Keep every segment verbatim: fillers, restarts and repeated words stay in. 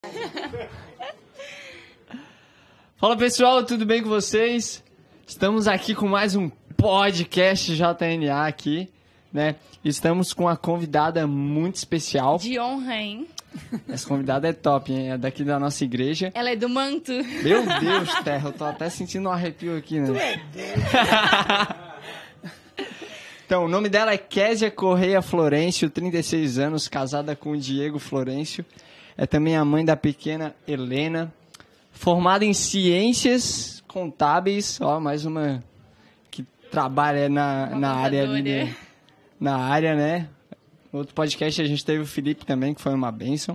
Fala pessoal, tudo bem com vocês? Estamos aqui com mais um podcast J N A aqui, né? Estamos com uma convidada muito especial. De honra, hein? Essa convidada é top, hein? É daqui da nossa igreja. Ela é do manto. Meu Deus, Terra, eu tô até sentindo um arrepio aqui, né? Tu é doido. Então, o nome dela é Késia Correia Florencio, trinta e seis anos, casada com o Diego Florencio. É também a mãe da pequena Helena. Formada em Ciências Contábeis, ó, mais uma que trabalha na, na área ali, de, na área, né? No outro podcast a gente teve o Felipe também, que foi uma bênção.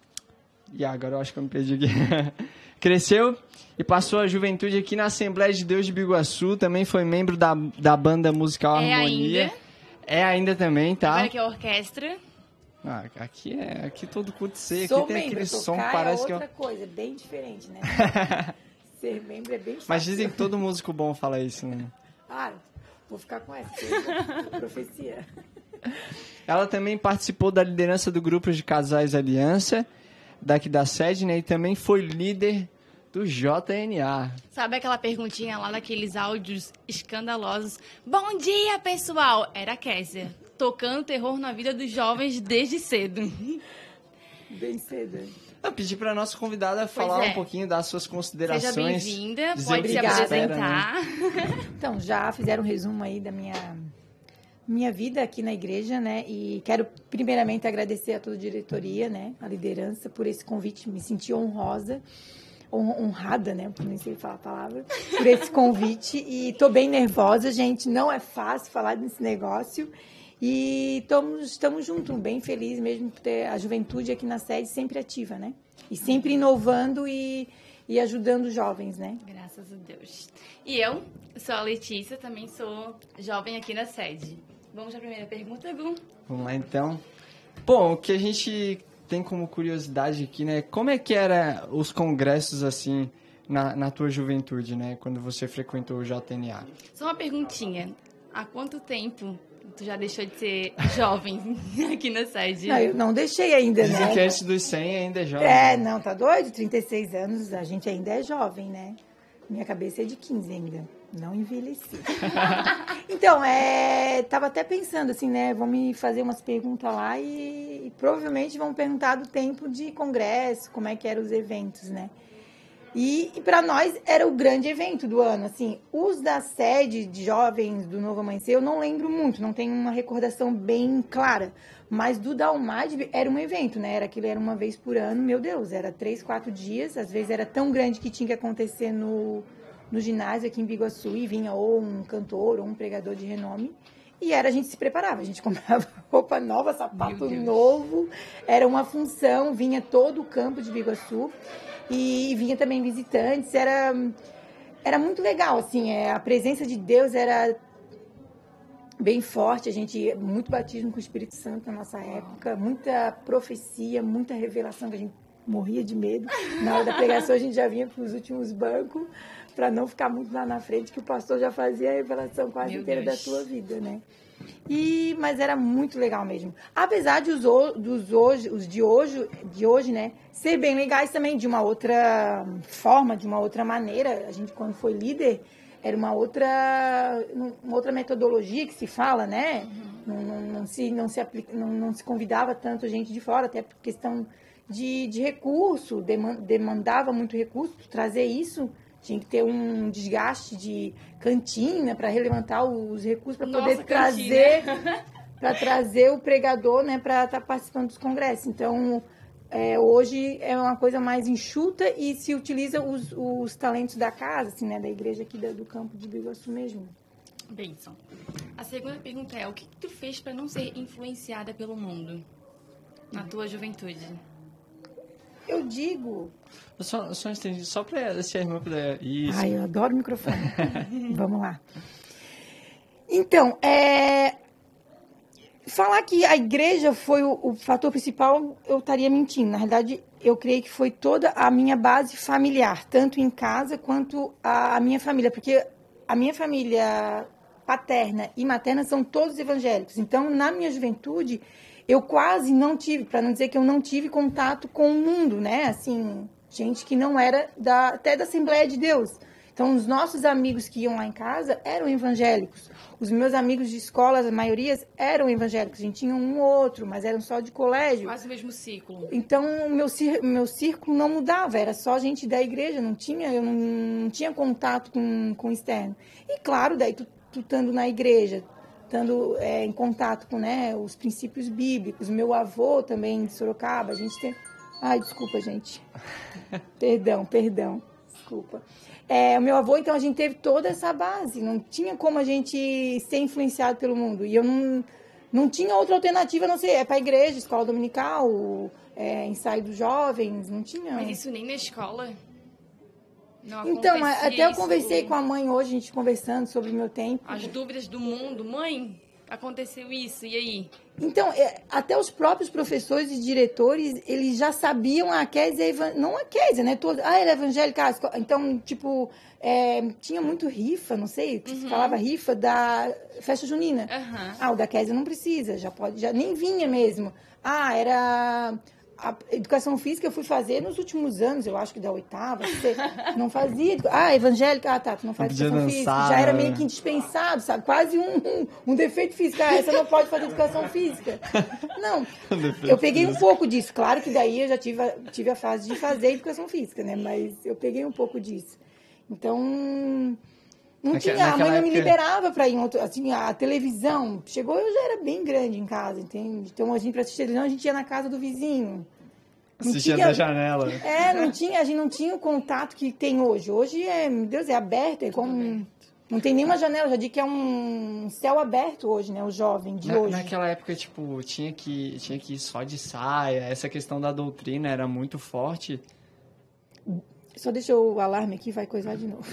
E agora eu acho que eu me perdi aqui. Cresceu e passou a juventude aqui na Assembleia de Deus de Biguaçu. Também foi membro da, da banda musical É Harmonia. ainda. É ainda também, tá? Agora que é a orquestra. Ah, aqui é aqui todo culto ser, Sou aqui tem membro, aquele som tocar que parece é que outra eu... coisa, bem diferente, né? Ser membro é bem fácil. Mas dizem que todo músico bom fala isso, né? Ah, vou ficar com essa profecia. Ela também participou da liderança do grupo de casais Aliança, daqui da sede, né? E também foi líder do J N A. Sabe aquela perguntinha lá daqueles áudios escandalosos? Bom dia, pessoal! Era a Késia, tocando terror na vida dos jovens desde cedo. Bem cedo. Eu pedi para a nossa convidada falar é. um pouquinho das suas considerações. Seja bem-vinda, dizer pode o que se que apresentar. espera, né? Então, já fizeram um resumo aí da minha, minha vida aqui na igreja, né? E quero primeiramente agradecer a toda a diretoria, né? A liderança por esse convite. Me senti honrosa, hon- honrada, né? Nem sei falar a palavra. Por esse convite. E tô bem nervosa, gente. Não é fácil falar desse negócio. E estamos, estamos juntos, bem felizes mesmo por ter a juventude aqui na sede sempre ativa, né? E sempre inovando e, e ajudando os jovens, né? Graças a Deus. E eu sou a Letícia, também sou jovem aqui na sede. Vamos à primeira pergunta, Gu? Vamos lá, então. Bom, o que a gente tem como curiosidade aqui, né? Como é que eram os congressos, assim, na, na tua juventude, né? Quando você frequentou o J N A? Só uma perguntinha. Há quanto tempo tu já deixou de ser jovem aqui na sede? Não, eu não deixei ainda, Dizem né? que antes dos cem ainda é jovem. É, não, tá doido? trinta e seis anos, a gente ainda é jovem, né? Minha cabeça é de quinze ainda, não envelheci. Então, é, tava até pensando assim, né? Vão me fazer umas perguntas lá e, e provavelmente vão perguntar do tempo de congresso, como é que eram os eventos, né? E, e para nós era o grande evento do ano, assim, os da sede de jovens do Novo Amanhecer eu não lembro muito, não tenho uma recordação bem clara, mas do da UMAD era um evento, né, era aquilo, era uma vez por ano, meu Deus, era três, quatro dias, às vezes era tão grande que tinha que acontecer no, no ginásio aqui em Biguaçu e vinha ou um cantor ou um pregador de renome. E era, a gente se preparava, a gente comprava roupa nova, sapato novo, era uma função, vinha todo o campo de Biguaçu e vinha também visitantes, era, era muito legal, assim, é, a presença de Deus era bem forte, a gente, muito batismo com o Espírito Santo na nossa época, muita profecia, muita revelação, que a gente morria de medo, na hora da pregação a gente já vinha para os últimos bancos, para não ficar muito lá na frente, que o pastor já fazia a revelação quase Meu inteira Deus. da tua vida, né? E, mas era muito legal mesmo. Apesar de os, o- dos hoje, os de hoje, de hoje, né, ser bem legais também, de uma outra forma, de uma outra maneira. A gente, quando foi líder, era uma outra, uma outra metodologia que se fala, né? Não, não, não se, não, se aplica, não, não se convidava tanto gente de fora, até por questão de, de recurso, deman- demandava muito recurso para trazer isso. Tinha que ter um desgaste de cantina para relevantar os recursos, para poder Nossa, trazer para trazer o pregador, né, para estar participando dos congressos. Então, é, hoje é uma coisa mais enxuta e se utiliza os, os talentos da casa, assim, né, da igreja aqui da- do campo de Biguaçu mesmo. Benção. A segunda pergunta é, o que que tu fez para não ser influenciada pelo mundo na tua juventude? Eu digo... Eu só, eu só entendi, só para se a irmã puder... Isso. Ai, eu adoro o microfone. Vamos lá. Então, é... falar que a igreja foi o, o fator principal, eu estaria mentindo. Na realidade, eu creio que foi toda a minha base familiar, tanto em casa quanto a, a minha família, porque a minha família paterna e materna são todos evangélicos. Então, na minha juventude, eu quase não tive, para não dizer que eu não tive contato com o mundo, né? Assim, gente que não era da, até da Assembleia de Deus. Então, os nossos amigos que iam lá em casa eram evangélicos. Os meus amigos de escola, a maioria eram evangélicos. A gente tinha um ou outro, mas eram só de colégio. Quase o mesmo ciclo. Então, o meu, meu círculo não mudava. Era só gente da igreja. Não tinha, eu não, não tinha contato com, com o externo. E, claro, daí tu, tu estando na igreja, estando é, em contato com, né, os princípios bíblicos. Meu avô também, de Sorocaba. A gente tem... Ai, desculpa, gente. Perdão, perdão. Desculpa. É, o meu avô, então, a gente teve toda essa base. Não tinha como a gente ser influenciado pelo mundo. E eu não, não tinha outra alternativa, a não ser, é para a igreja, escola dominical, é, ensaio dos jovens, não tinha. Mas isso nem na escola? Não então, até eu conversei isso, com a mãe hoje, a gente conversando sobre o meu tempo. As dúvidas do mundo. Mãe, aconteceu isso, e aí? Então, é, até os próprios professores e diretores, eles já sabiam a Kézia, evan... não a Kézia, né? Todo... Ah, ela é evangélica. Ah, então, tipo, é, tinha muito rifa, não sei, uhum. se falava rifa da festa junina. Uhum. Ah, o da Kézia não precisa, já pode, já nem vinha mesmo. Ah, era... A educação física eu fui fazer nos últimos anos, eu acho que da oitava, você não fazia. Ah, evangélica, ah, tá, tu não faz não educação dançar, física. Já era meio que indispensado, sabe? Quase um, um, um defeito físico. Ah, essa não pode fazer educação física. Não, eu peguei um pouco disso. Claro que daí eu já tive a, tive a fase de fazer educação física, né? Mas eu peguei um pouco disso. Então, não Naque, tinha, a mãe não época... me liberava para ir em outro. Assim, a televisão chegou, eu já era bem grande em casa, entende? Então, a gente, para assistir televisão, a gente ia na casa do vizinho. Assistia tinha, da janela. É, não tinha, a gente não tinha o contato que tem hoje. Hoje, é, meu Deus, é aberto, é como... Não tem nenhuma janela, já digo que é um céu aberto hoje, né? O jovem de Na, hoje. Naquela época, tipo, tinha que, tinha que ir só de saia. Essa questão da doutrina era muito forte. Só deixa o alarme aqui, vai coisar de novo.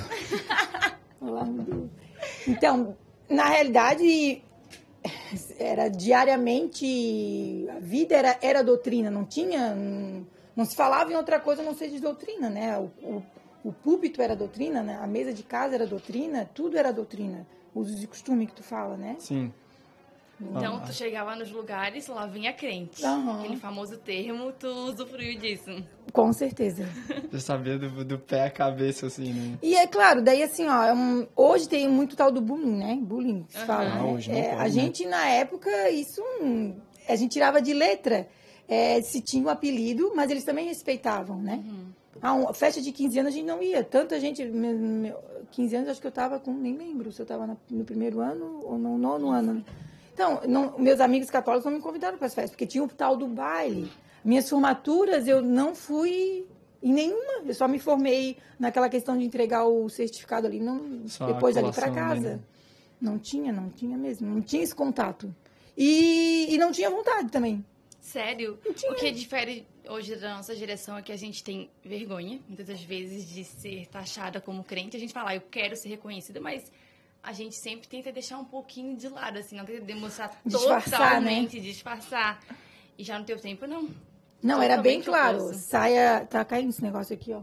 Alarme. Então, na realidade, era diariamente... A vida era, era doutrina, não tinha... Não, não se falava em outra coisa a não ser de doutrina, né? O, o, O púlpito era doutrina, né? A mesa de casa era doutrina, tudo era doutrina. Usos e costume que tu fala, né? Sim. Então, tu chegava nos lugares, lá vinha crente. Uhum. Aquele famoso termo, tu usufruiu disso. Com certeza. Eu sabia do, do pé à cabeça, assim, né? E é claro, daí assim, ó, um, hoje tem muito tal do bullying, né? Bullying, se uhum. fala, ah, né? Hoje não É, pode, a né? gente, na época, isso... Um, a gente tirava de letra. É, se tinha um apelido, mas eles também respeitavam, né? Uhum. A ah, um, festa de quinze anos a gente não ia. Tanta gente... Meu, meu, quinze anos acho que eu tava com... Nem lembro se eu tava na, no primeiro ano ou no nono ano. Então, não, meus amigos católicos não me convidaram para as festas, porque tinha o tal do baile. Minhas formaturas eu não fui em nenhuma. Eu só me formei naquela questão de entregar o certificado ali, não, só depois ali para casa. Não tinha, não tinha mesmo. Não tinha esse contato. E, e não tinha vontade também. Sério? O que difere hoje da nossa geração é que a gente tem vergonha, muitas das vezes, de ser taxada como crente. A gente fala, ah, eu quero ser reconhecida, mas a gente sempre tenta deixar um pouquinho de lado, assim, não tenta demonstrar disfarçar, totalmente, né? disfarçar. E já no teu tempo, não. Não, era bem claro. Saia... Tá caindo esse negócio aqui, ó.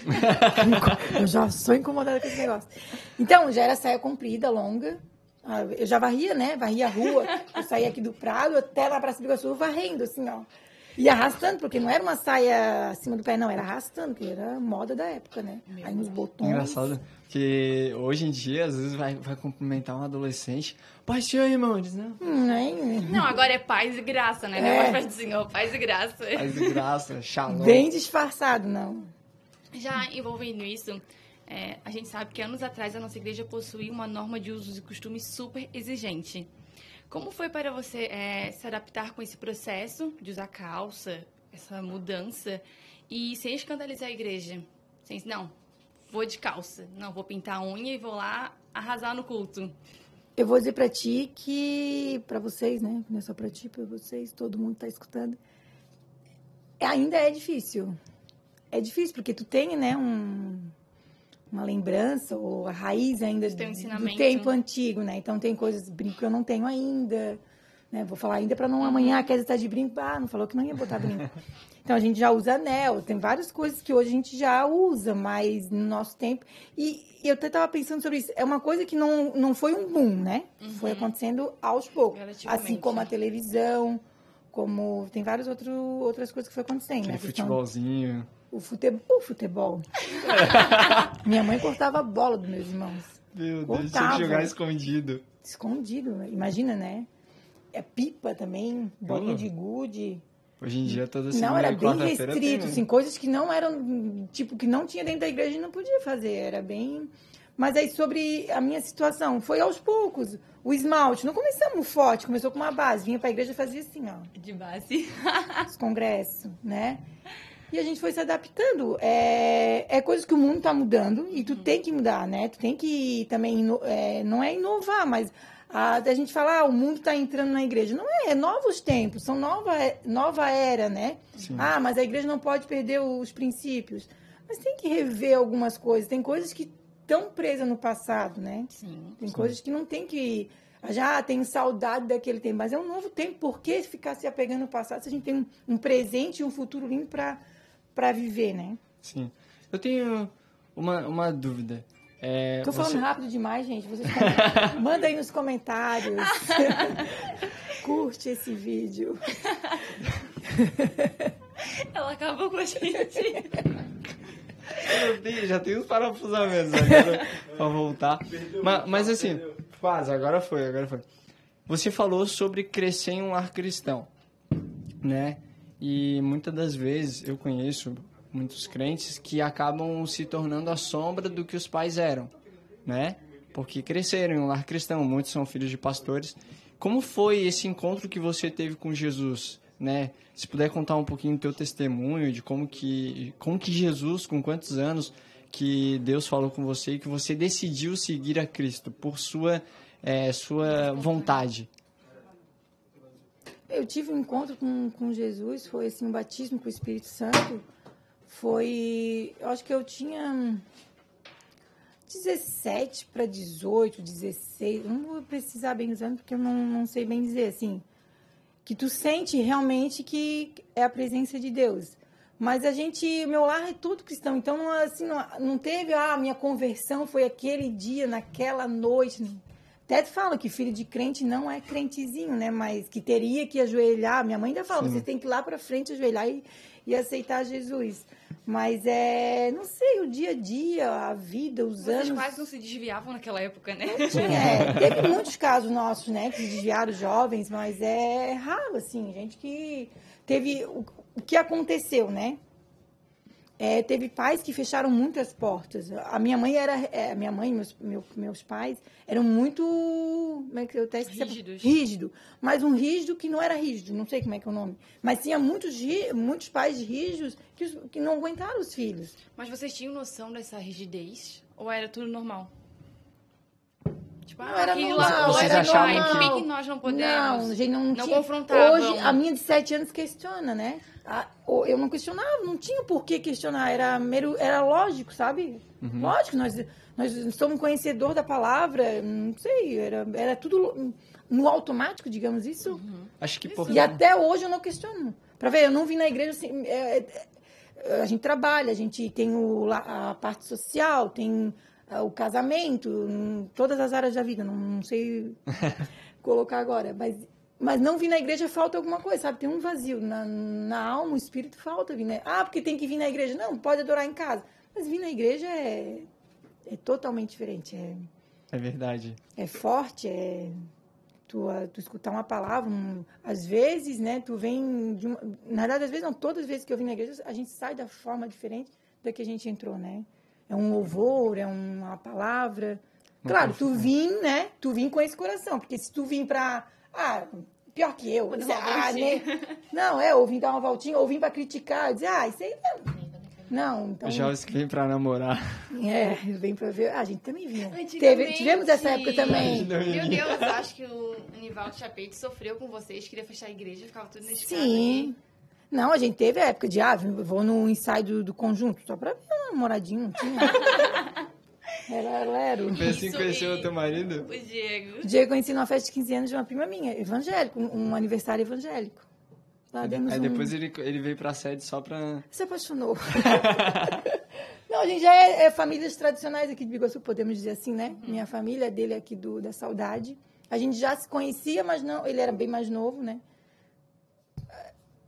Eu já sou incomodada com esse negócio. Então, já era saia comprida, longa. Eu já varria, né? Varria a rua. Eu saía aqui do Prado até lá pra Biguaçu varrendo, assim, ó. E arrastando, porque não era uma saia acima do pé, não. Era arrastando, porque era moda da época, né? Meu Aí nos botões... Engraçado, que hoje em dia, às vezes, vai, vai cumprimentar um adolescente. Paz e irmão, diz, não. Hum, não, agora é paz e graça, né? É. Não é mais do Senhor, paz e graça. Paz e graça, shalom. Bem disfarçado, não. Já envolvendo isso... É, a gente sabe que anos atrás a nossa igreja possuía uma norma de usos e costumes super exigente. Como foi para você é, se adaptar com esse processo de usar calça, essa mudança, e sem escandalizar a igreja? Sem, não, vou de calça, não, vou pintar a unha e vou lá arrasar no culto. Eu vou dizer para ti que, para vocês, né, não é só para ti, para vocês, todo mundo está escutando, ainda é difícil. É difícil porque tu tem, né, um... uma lembrança, ou a raiz ainda do, do tempo antigo, né? Então, tem coisas, brinco que eu não tenho ainda, né? Vou falar ainda para não amanhã a Kézia estar de brinco, ah, não falou que não ia botar brinco. Então, a gente já usa anel, tem várias coisas que hoje a gente já usa, mas no nosso tempo... E, e eu até estava pensando sobre isso, é uma coisa que não, não foi um boom, né? Uhum. Foi acontecendo aos poucos. Assim como a televisão, como tem várias outro, outras coisas que foi acontecendo. Aquele né? futebolzinho. O futebol. O futebol. Minha mãe cortava a bola dos meus irmãos. Meu Deus, Cortava. tinha que jogar escondido. Escondido, imagina, né? É pipa também, bolinha Oh. de gude. Hoje em dia, toda segunda Não, era e bem quarta-feira tem, restrito, né? assim, coisas que não eram, tipo, que não tinha dentro da igreja e não podia fazer, era bem... Mas aí, sobre a minha situação, foi aos poucos, o esmalte, não começamos forte, começou com uma base, vinha pra igreja e fazia assim, ó, De base. os congressos, né? E a gente foi se adaptando, é, é coisas que o mundo tá mudando e tu tem que mudar, né? Tu tem que também, ino- é, não é inovar, mas... A, a gente fala, ah, o mundo está entrando na igreja. Não é, é novos tempos, são nova, nova era, né? Sim. Ah, mas a igreja não pode perder os princípios. Mas tem que rever algumas coisas. Tem coisas que estão presas no passado, né? Sim. Tem coisas que não tem que... Já tenho saudade daquele tempo, mas é um novo tempo. Por que ficar se apegando no passado se a gente tem um, um presente e um futuro lindo para viver, né? Sim. Eu tenho uma, uma dúvida. É, Tô falando você- rápido demais, gente. Vocês com- manda aí nos comentários. Curte esse vídeo. Ela acabou com a gente. Eu tenho- já tem uns parafusamentos agora pra voltar. Mas, mas assim, quase, agora foi, agora foi. Você falou sobre crescer em um lar cristão, né? E muitas das vezes eu conheço muitos crentes que acabam se tornando a sombra do que os pais eram, né? Porque cresceram em um lar cristão, muitos são filhos de pastores. Como foi esse encontro que você teve com Jesus, né? Se puder contar um pouquinho do teu testemunho, de como que, como que Jesus, com quantos anos que Deus falou com você e que você decidiu seguir a Cristo por sua, eh, sua vontade. Eu tive um encontro com, com Jesus, foi assim, um batismo com o Espírito Santo. Foi, eu acho que eu tinha dezessete para dezoito, dezesseis, não vou precisar bem dos anos, porque eu não, não sei bem dizer, assim, que tu sente realmente que é a presença de Deus. Mas a gente, meu lar é todo cristão, então não, assim, não, não teve, ah, minha conversão foi aquele dia, naquela noite. Até falam que filho de crente não é crentezinho, né? Mas que teria que ajoelhar. Minha mãe ainda fala, Sim. você tem que ir lá para frente ajoelhar e, e aceitar Jesus. Mas é, não sei, o dia a dia, a vida, os Vocês anos... quase não se desviavam naquela época, né? É, teve muitos casos nossos, né, que se desviaram jovens, mas é raro, assim, gente que teve... O, o que aconteceu, né? É, teve pais que fecharam muitas portas. A minha mãe era... É, a minha mãe e meus, meu, meus pais eram muito... Como é que eu até esqueci? Rígidos. Rígido. Mas um rígido que não era rígido, não sei como é que é o nome. Mas tinha muitos, ri- muitos pais rígidos que, os- que não aguentaram os filhos. Mas vocês tinham noção dessa rigidez? Ou era tudo normal? Tipo, Não, ah, era aquilo normal, lá Vocês era achavam normal. que- Por que, que nós não podemos? Não, a gente não, Não tinha. confrontavam. Hoje, a minha de sete anos questiona, né? A- o- eu não questionava, não tinha por que questionar. Era, mero, era lógico, sabe? Lógico, nós, nós somos conhecedor da palavra, não sei, era, era tudo no automático, digamos isso. Acho que por... E até hoje eu não questiono. Pra ver, eu não vim na igreja assim. é, é, a gente trabalha, a gente tem o, lá- a parte social, tem ah, o casamento, em todas as áreas da vida. Não, não sei colocar agora, mas, mas não vir na igreja falta alguma coisa, sabe? Tem um vazio na, na alma, o espírito falta vir, né? Ah, porque tem que vir na igreja. Não, pode adorar em casa. Mas vir na igreja é, é totalmente diferente. É, É verdade. é forte, é tu, ah, tu escutar uma palavra, um- às vezes, né, tu vem de uma, na verdade, às vezes não, todas as vezes que eu vim na igreja, a gente sai da forma diferente da que a gente entrou, né? É um louvor, é uma palavra. Claro, tu vim, né? Tu vim com esse coração, porque se tu vim pra, ah, pior que eu, Vou dar dizer, uma ah, voltinha. né? Não, é, ou vim dar uma voltinha, ou vim pra criticar, dizer, ah, isso aí não. Não, então. Os jovens que vêm pra namorar. É, vem pra ver. Ah, a gente também vinha. Antigamente. Teve, tivemos essa época também. Meu Deus, acho que o Nivaldo Chapete sofreu com vocês, queria fechar a igreja, ficava tudo na escada. Sim. Não, a gente teve a época de, ah, vou no ensaio do, do conjunto, só pra ver um namoradinho, não tinha. Era lero. Foi assim que Isso conheceu e- o teu marido? O Diego. O dia que eu conheci numa festa de quinze anos de uma prima minha, evangélico, um, um aniversário evangélico. Lá demos Aí um... depois ele, ele veio pra sede só pra... Se apaixonou. Não, a gente já é, é famílias tradicionais aqui de Biguaçu, podemos dizer assim, né? Minha família, dele aqui do, da Saudade. A gente já se conhecia, mas não, ele era bem mais novo, né?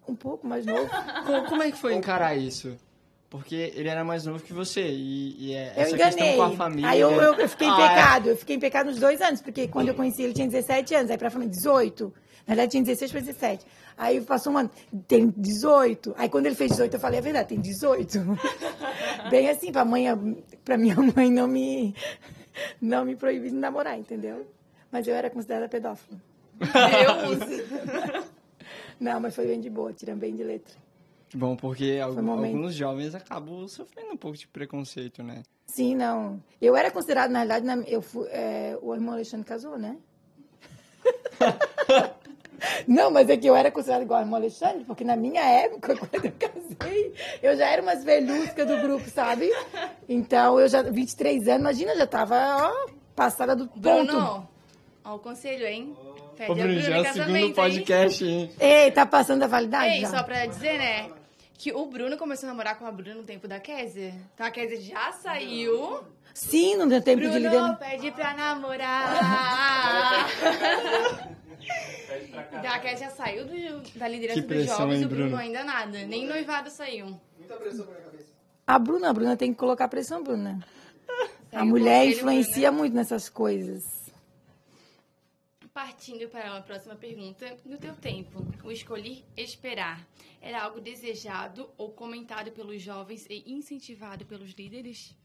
Um pouco mais novo. Como, como é que foi encarar isso? Porque ele era mais novo que você. E, e é, Eu essa enganei. questão com a família... Aí eu, eu, eu fiquei em Ah, pecado. Eu fiquei em pecado nos dois anos, porque quando eu conheci ele tinha dezessete anos. Aí pra família, dezoito. Na verdade tinha dezesseis para dezessete. Aí passou um ano, tem dezoito. Aí quando ele fez dezoito, eu falei, é verdade, tem dezoito. Bem assim, pra, mãe, pra minha mãe não me, não me proibir de namorar, entendeu? Mas eu era considerada pedófila. Deus! Não, mas foi bem de boa, tirando bem de letra. Bom, porque um momento. alguns jovens acabam sofrendo um pouco de preconceito, né? Sim, não. Eu era considerada, na realidade, na, eu fui, é, o irmão Alexandre casou, né? Não, mas é que eu era considerada igual ao irmão Alexandre, porque na minha época, quando eu casei, eu já era umas velhuscas do grupo, sabe? Então, eu já, vinte e três anos, imagina, já tava, ó, passada do ponto. Bruno, ó o conselho, hein? Pede Ô, a Bruno, Bruna já é em o segundo casamento, podcast, hein? Ei, tá passando a validade Ei, já? só pra dizer, né? Que o Bruno começou a namorar com a Bruna no tempo da Kézia. Então a Kézia já saiu. Sim, não deu tempo de Bruno liderar. pede pra namorar. Então a Kézia já saiu do- da liderança Que dos pressão, jovens, hein, o Bruno Bruno? ainda nada. Nem noivado saiu. A Bruna, a Bruna tem que colocar pressão, Bruna. A Segue o mulher conselho, influencia Bruna. muito nessas coisas. Partindo para a próxima pergunta, no teu tempo, o escolher esperar era algo desejado ou comentado pelos jovens e incentivado pelos líderes?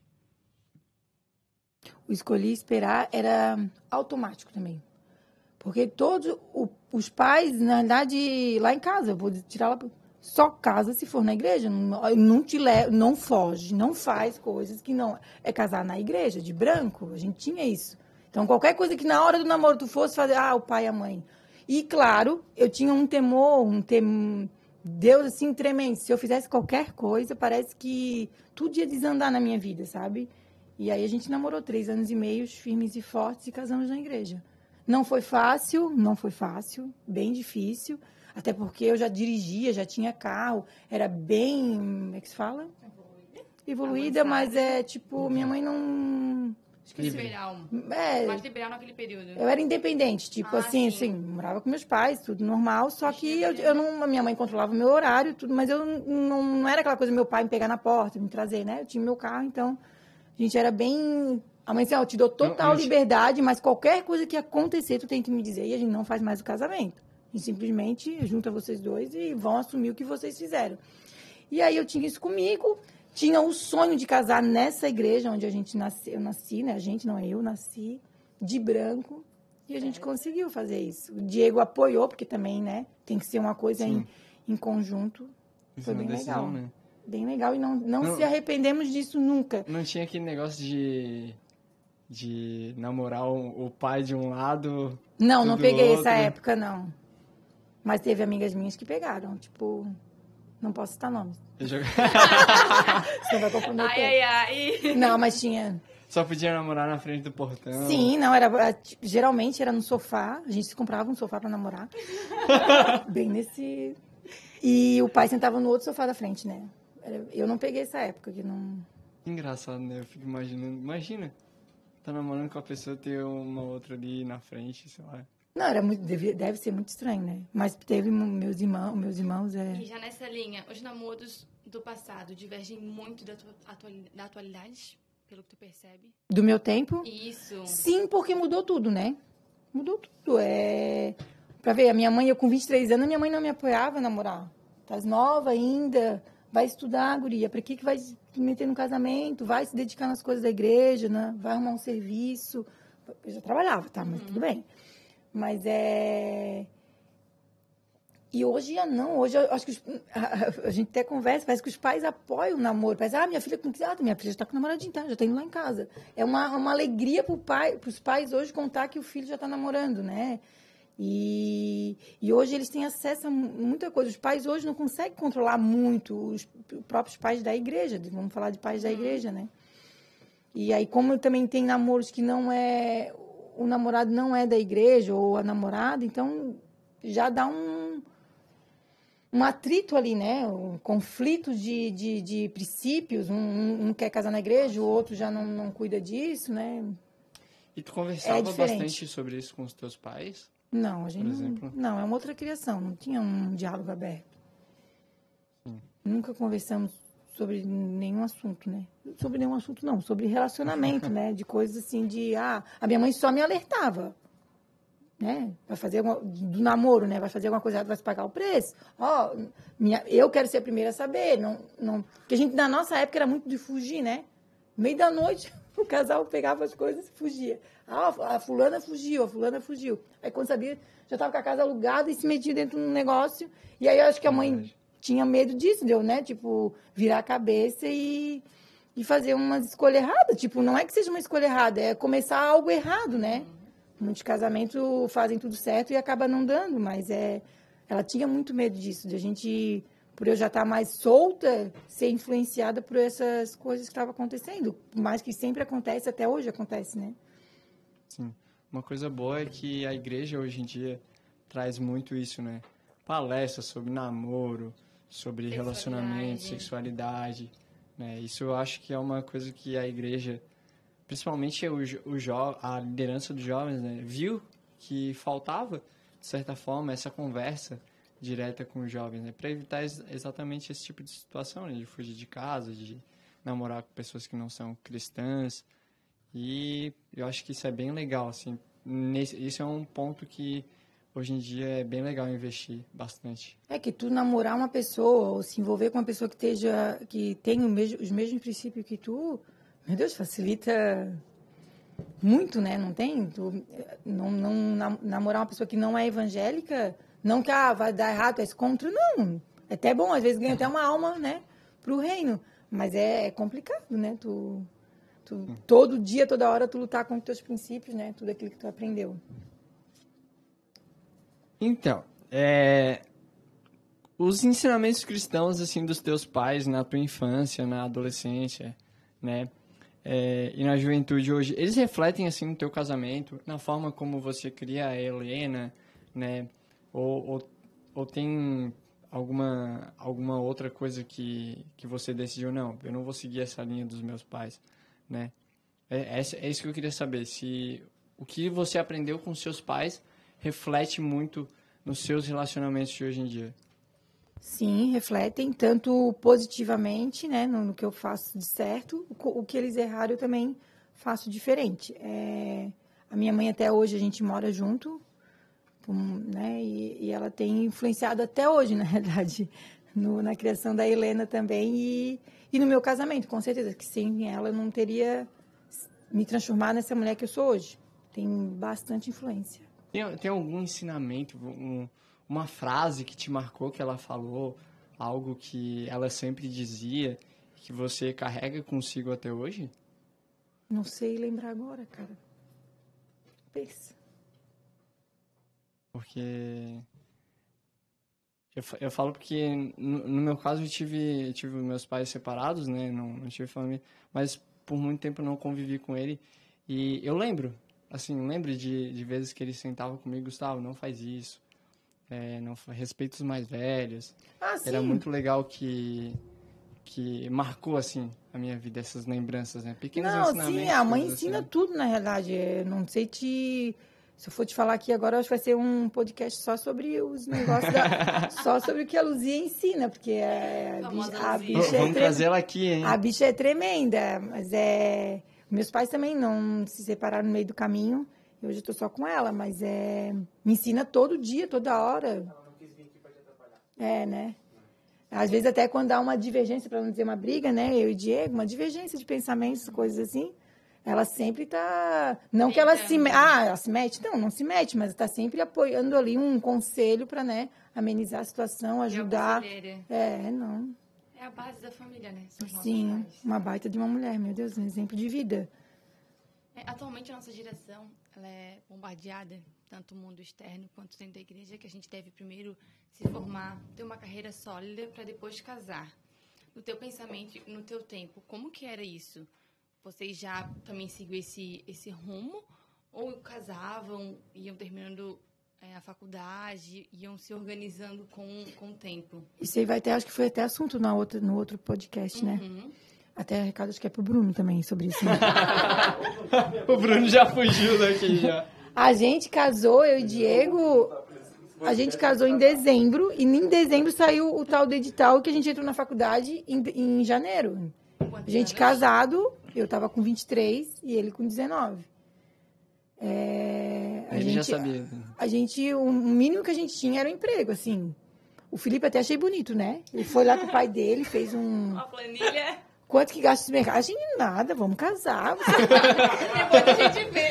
O escolhi esperar era automático também. Porque todos o- os pais, na verdade, lá em casa, eu vou tirar lá, só casa se for na igreja. Não, não te leva, não foge, não faz coisas que não. É casar na igreja, de branco, a gente tinha isso. Então, qualquer coisa que na hora do namoro tu fosse fazer, ah, o pai e a mãe. E, claro, eu tinha um temor, um temor, Deus, assim, tremendo. Se eu fizesse qualquer coisa, parece que tudo ia desandar na minha vida, sabe? E aí a gente namorou três anos e meio, firmes e fortes, e casamos na igreja. Não foi fácil, não foi fácil, bem difícil. Até porque eu já dirigia, já tinha carro, era bem, como é que se fala? Evoluída, mas é tipo, minha mãe não... Liberal. É, Mais liberal naquele período. eu era independente, tipo Ah, assim, sim. assim, morava com meus pais, tudo normal, só que eu, eu não, a minha mãe controlava o meu horário, tudo, mas eu não, não era aquela coisa meu pai me pegar na porta, me trazer, né? Eu tinha meu carro, então a gente era bem... A mãe disse, ó, eu te dou total Não, antes- liberdade, mas qualquer coisa que acontecer, tu tem que me dizer, e a gente não faz mais o casamento. A gente simplesmente junta vocês dois e vão assumir o que vocês fizeram. E aí eu tinha isso comigo, tinha o sonho de casar nessa igreja onde a gente nasceu, eu nasci, né? A gente, não é eu, nasci de branco. E a gente conseguiu fazer isso. O Diego apoiou, porque também, né? Tem que ser uma coisa em, em conjunto. Isso Foi é uma bem decisão, legal. né? Bem legal e não, não, Não. se arrependemos disso nunca. Não tinha aquele negócio de... de namorar o, o pai de um lado... Não, tu não do peguei outro. essa época, não. Mas teve amigas minhas que pegaram. Tipo, não posso citar nomes. Eu joga- Você vai comprometer. Ai, ai, ai. Não, mas tinha... Só podia namorar na frente do portão. Sim, não, era tipo, geralmente era no sofá, a gente se comprava um sofá pra namorar. Bem nesse. E o pai sentava no outro sofá da frente, né? Era- Eu não peguei essa época, que não. Engraçado, né? Eu fico imaginando... Imagina, tá namorando com a pessoa, ter uma outra ali na frente, sei lá. Não, era muito, deve, deve ser muito estranho, né? Mas teve meus irmãos, meus irmãos, é. E já nessa linha, os namoros do passado divergem muito da, tua, atuali- da atualidade, pelo que tu percebe? Do meu tempo? Isso. Sim, porque mudou tudo, né? Mudou tudo. É... Pra ver, a minha mãe, eu com vinte e três anos, a minha mãe não me apoiava a namorar. Tá nova ainda, vai estudar, guria. Pra que que vai se meter no casamento? Vai se dedicar nas coisas da igreja, né? Vai arrumar um serviço. Eu já trabalhava, tá? Mas tudo bem. Mas é... E hoje já não. Hoje eu acho que os... a, a gente até conversa, parece que os pais apoiam o namoro. Parece, ah, minha filha, ah, minha filha já está com o namoradinho, tá? Já está indo lá em casa. É uma, uma alegria para pai, os pais hoje contar que o filho já está namorando, né? E, e hoje eles têm acesso a muita coisa. Os pais hoje não conseguem controlar muito os próprios pais da igreja. Vamos falar de pais da igreja, né? E aí, como também tem namoros que não é... O namorado não é da igreja ou a namorada, então já dá um... um atrito ali, né? Um conflito de, de, de princípios. Um, um quer casar na igreja, o outro já não, não cuida disso, né? E tu conversava É diferente. bastante sobre isso com os teus pais? Não, a gente Por não, exemplo? não, é uma outra criação, não tinha um diálogo aberto. nunca conversamos sobre nenhum assunto, né? Sobre nenhum assunto, não. Sobre relacionamento, né? De coisas assim, de... Ah, a minha mãe só me alertava, né? Vai fazer alguma, do namoro, né? Vai fazer alguma coisa, vai se pagar o preço. Ó, minha, eu quero ser a primeira a saber. Não, não, porque a gente, na nossa época, era muito de fugir, né? Meio da noite, o casal pegava as coisas e fugia. Ah, a fulana fugiu, a fulana fugiu. Aí, quando sabia, já estava com a casa alugada e se metia dentro de um negócio. E aí, eu acho que a mãe tinha medo disso, deu, né? Tipo, virar a cabeça e, e fazer uma escolha errada. Tipo, não é que seja uma escolha errada, é começar algo errado, né? Muitos casamentos fazem tudo certo e acaba não dando, mas é, ela tinha muito medo disso, de a gente, por eu já estar mais solta, ser influenciada por essas coisas que estavam acontecendo. Mas que sempre acontece, até hoje acontece, né? Sim. Uma coisa boa é que a igreja hoje em dia traz muito isso, né? Palestras sobre namoro, sobre Sexualidade. relacionamento, sexualidade, né? Isso eu acho que é uma coisa que a igreja, principalmente o, o jo, a liderança dos jovens, né, viu que faltava, de certa forma, essa conversa direta com os jovens, né, para evitar ex exatamente esse tipo de situação, né, de fugir de casa, de namorar com pessoas que não são cristãs. E eu acho que isso é bem legal, assim. Nesse, isso é um ponto que hoje em dia é bem legal investir bastante. É que tu namorar uma pessoa ou se envolver com uma pessoa que esteja, que tenha o mesmo, os mesmos princípios que tu, meu Deus, facilita muito, né? Não tem? Tu, não, não namorar uma pessoa que não é evangélica, não que ah, vai dar errado, é contra, não. É até bom, às vezes ganha até uma alma, né? Pro reino. Mas é, é complicado, né? Tu, tu, todo dia, toda hora, tu lutar contra os teus princípios, né? Tudo aquilo que tu aprendeu. Então, é, os ensinamentos cristãos, assim, dos teus pais na tua infância, na adolescência, né? É, e na juventude hoje, eles refletem, assim, no teu casamento, na forma como você cria a Helena, né? Ou, ou, ou tem alguma, alguma outra coisa que, que você decidiu, não, eu não vou seguir essa linha dos meus pais, né? É, é, é isso que eu queria saber, se o que você aprendeu com seus pais reflete muito nos seus relacionamentos de hoje em dia. Sim, refletem tanto positivamente, né, no, no que eu faço de certo, o, o que eles erraram eu também faço diferente. É, a minha mãe até hoje a gente mora junto, um, né, e, e ela tem influenciado até hoje, na verdade, no, na criação da Helena também e, e no meu casamento, com certeza, que sem ela eu não teria me transformado nessa mulher que eu sou hoje. Tem bastante influência. Tem, tem algum ensinamento, um, uma frase que te marcou, que ela falou, algo que ela sempre dizia, que você carrega consigo até hoje? Não sei lembrar agora, cara. Pensa. Porque... Eu, eu falo porque, no, no meu caso, eu tive, eu tive meus pais separados, né? Não, não tive família, mas por muito tempo eu não convivi com ele. E eu lembro... Assim, lembro de, de vezes que ele sentava comigo, Gustavo, não faz isso, é, não, respeita os mais velhos. Ah, sim. Era muito legal que, que marcou, assim, a minha vida, essas lembranças, né? Pequenos não, ensinamentos. Sim, a mãe assim, ensina né? tudo, na realidade. Eu não sei te... Se eu for te falar aqui agora, acho que vai ser um podcast só sobre os negócios da... só sobre o que a Luzia ensina, porque é, a bicha, a bicha é Vamos tre... trazer ela aqui, hein? A bicha é tremenda, mas é... Meus pais também não se separaram no meio do caminho. Eu hoje estou só com ela, mas é... me ensina todo dia, toda hora. Ela não quis vir aqui para te atrapalhar. É, né? Às vezes até quando há uma divergência, para não dizer uma briga, né? Eu e o Diego, uma divergência de pensamentos, coisas assim. Ela sempre está... Não que ela se... Me... Ah, ela se mete? Não, não se mete, mas está sempre apoiando ali um conselho para, né, amenizar a situação, ajudar. É, não... É a base da família, né? São os nossos Sim, pais. uma baita de uma mulher, meu Deus, um exemplo de vida. É, atualmente, a nossa geração ela é bombardeada, tanto o mundo externo quanto dentro da igreja, que a gente deve primeiro se formar, ter uma carreira sólida para depois casar. No teu pensamento, no teu tempo, como que era isso? Vocês já também seguiam esse, esse rumo? Ou casavam, iam terminando... É, a faculdade, iam se organizando com, com o tempo. Isso aí vai ter, acho que foi até assunto na outra, no outro podcast, né? Uhum. Até recado, acho que é pro Bruno também, sobre isso. Né? O Bruno já fugiu daqui, já. A gente casou, eu e Diego... A gente casou em dezembro, e em dezembro saiu o tal do edital que a gente entrou na faculdade em, em janeiro. A gente casado, eu tava com vinte e três e ele com dezenove. É, a Ele gente, já sabia. A gente, o mínimo que a gente tinha era o emprego, assim. O Felipe até achei bonito, né? Ele foi lá com o pai dele, fez um... Uma planilha. Quanto que gasta esse mercado? A gente, nada, vamos casar. Depois a gente vê.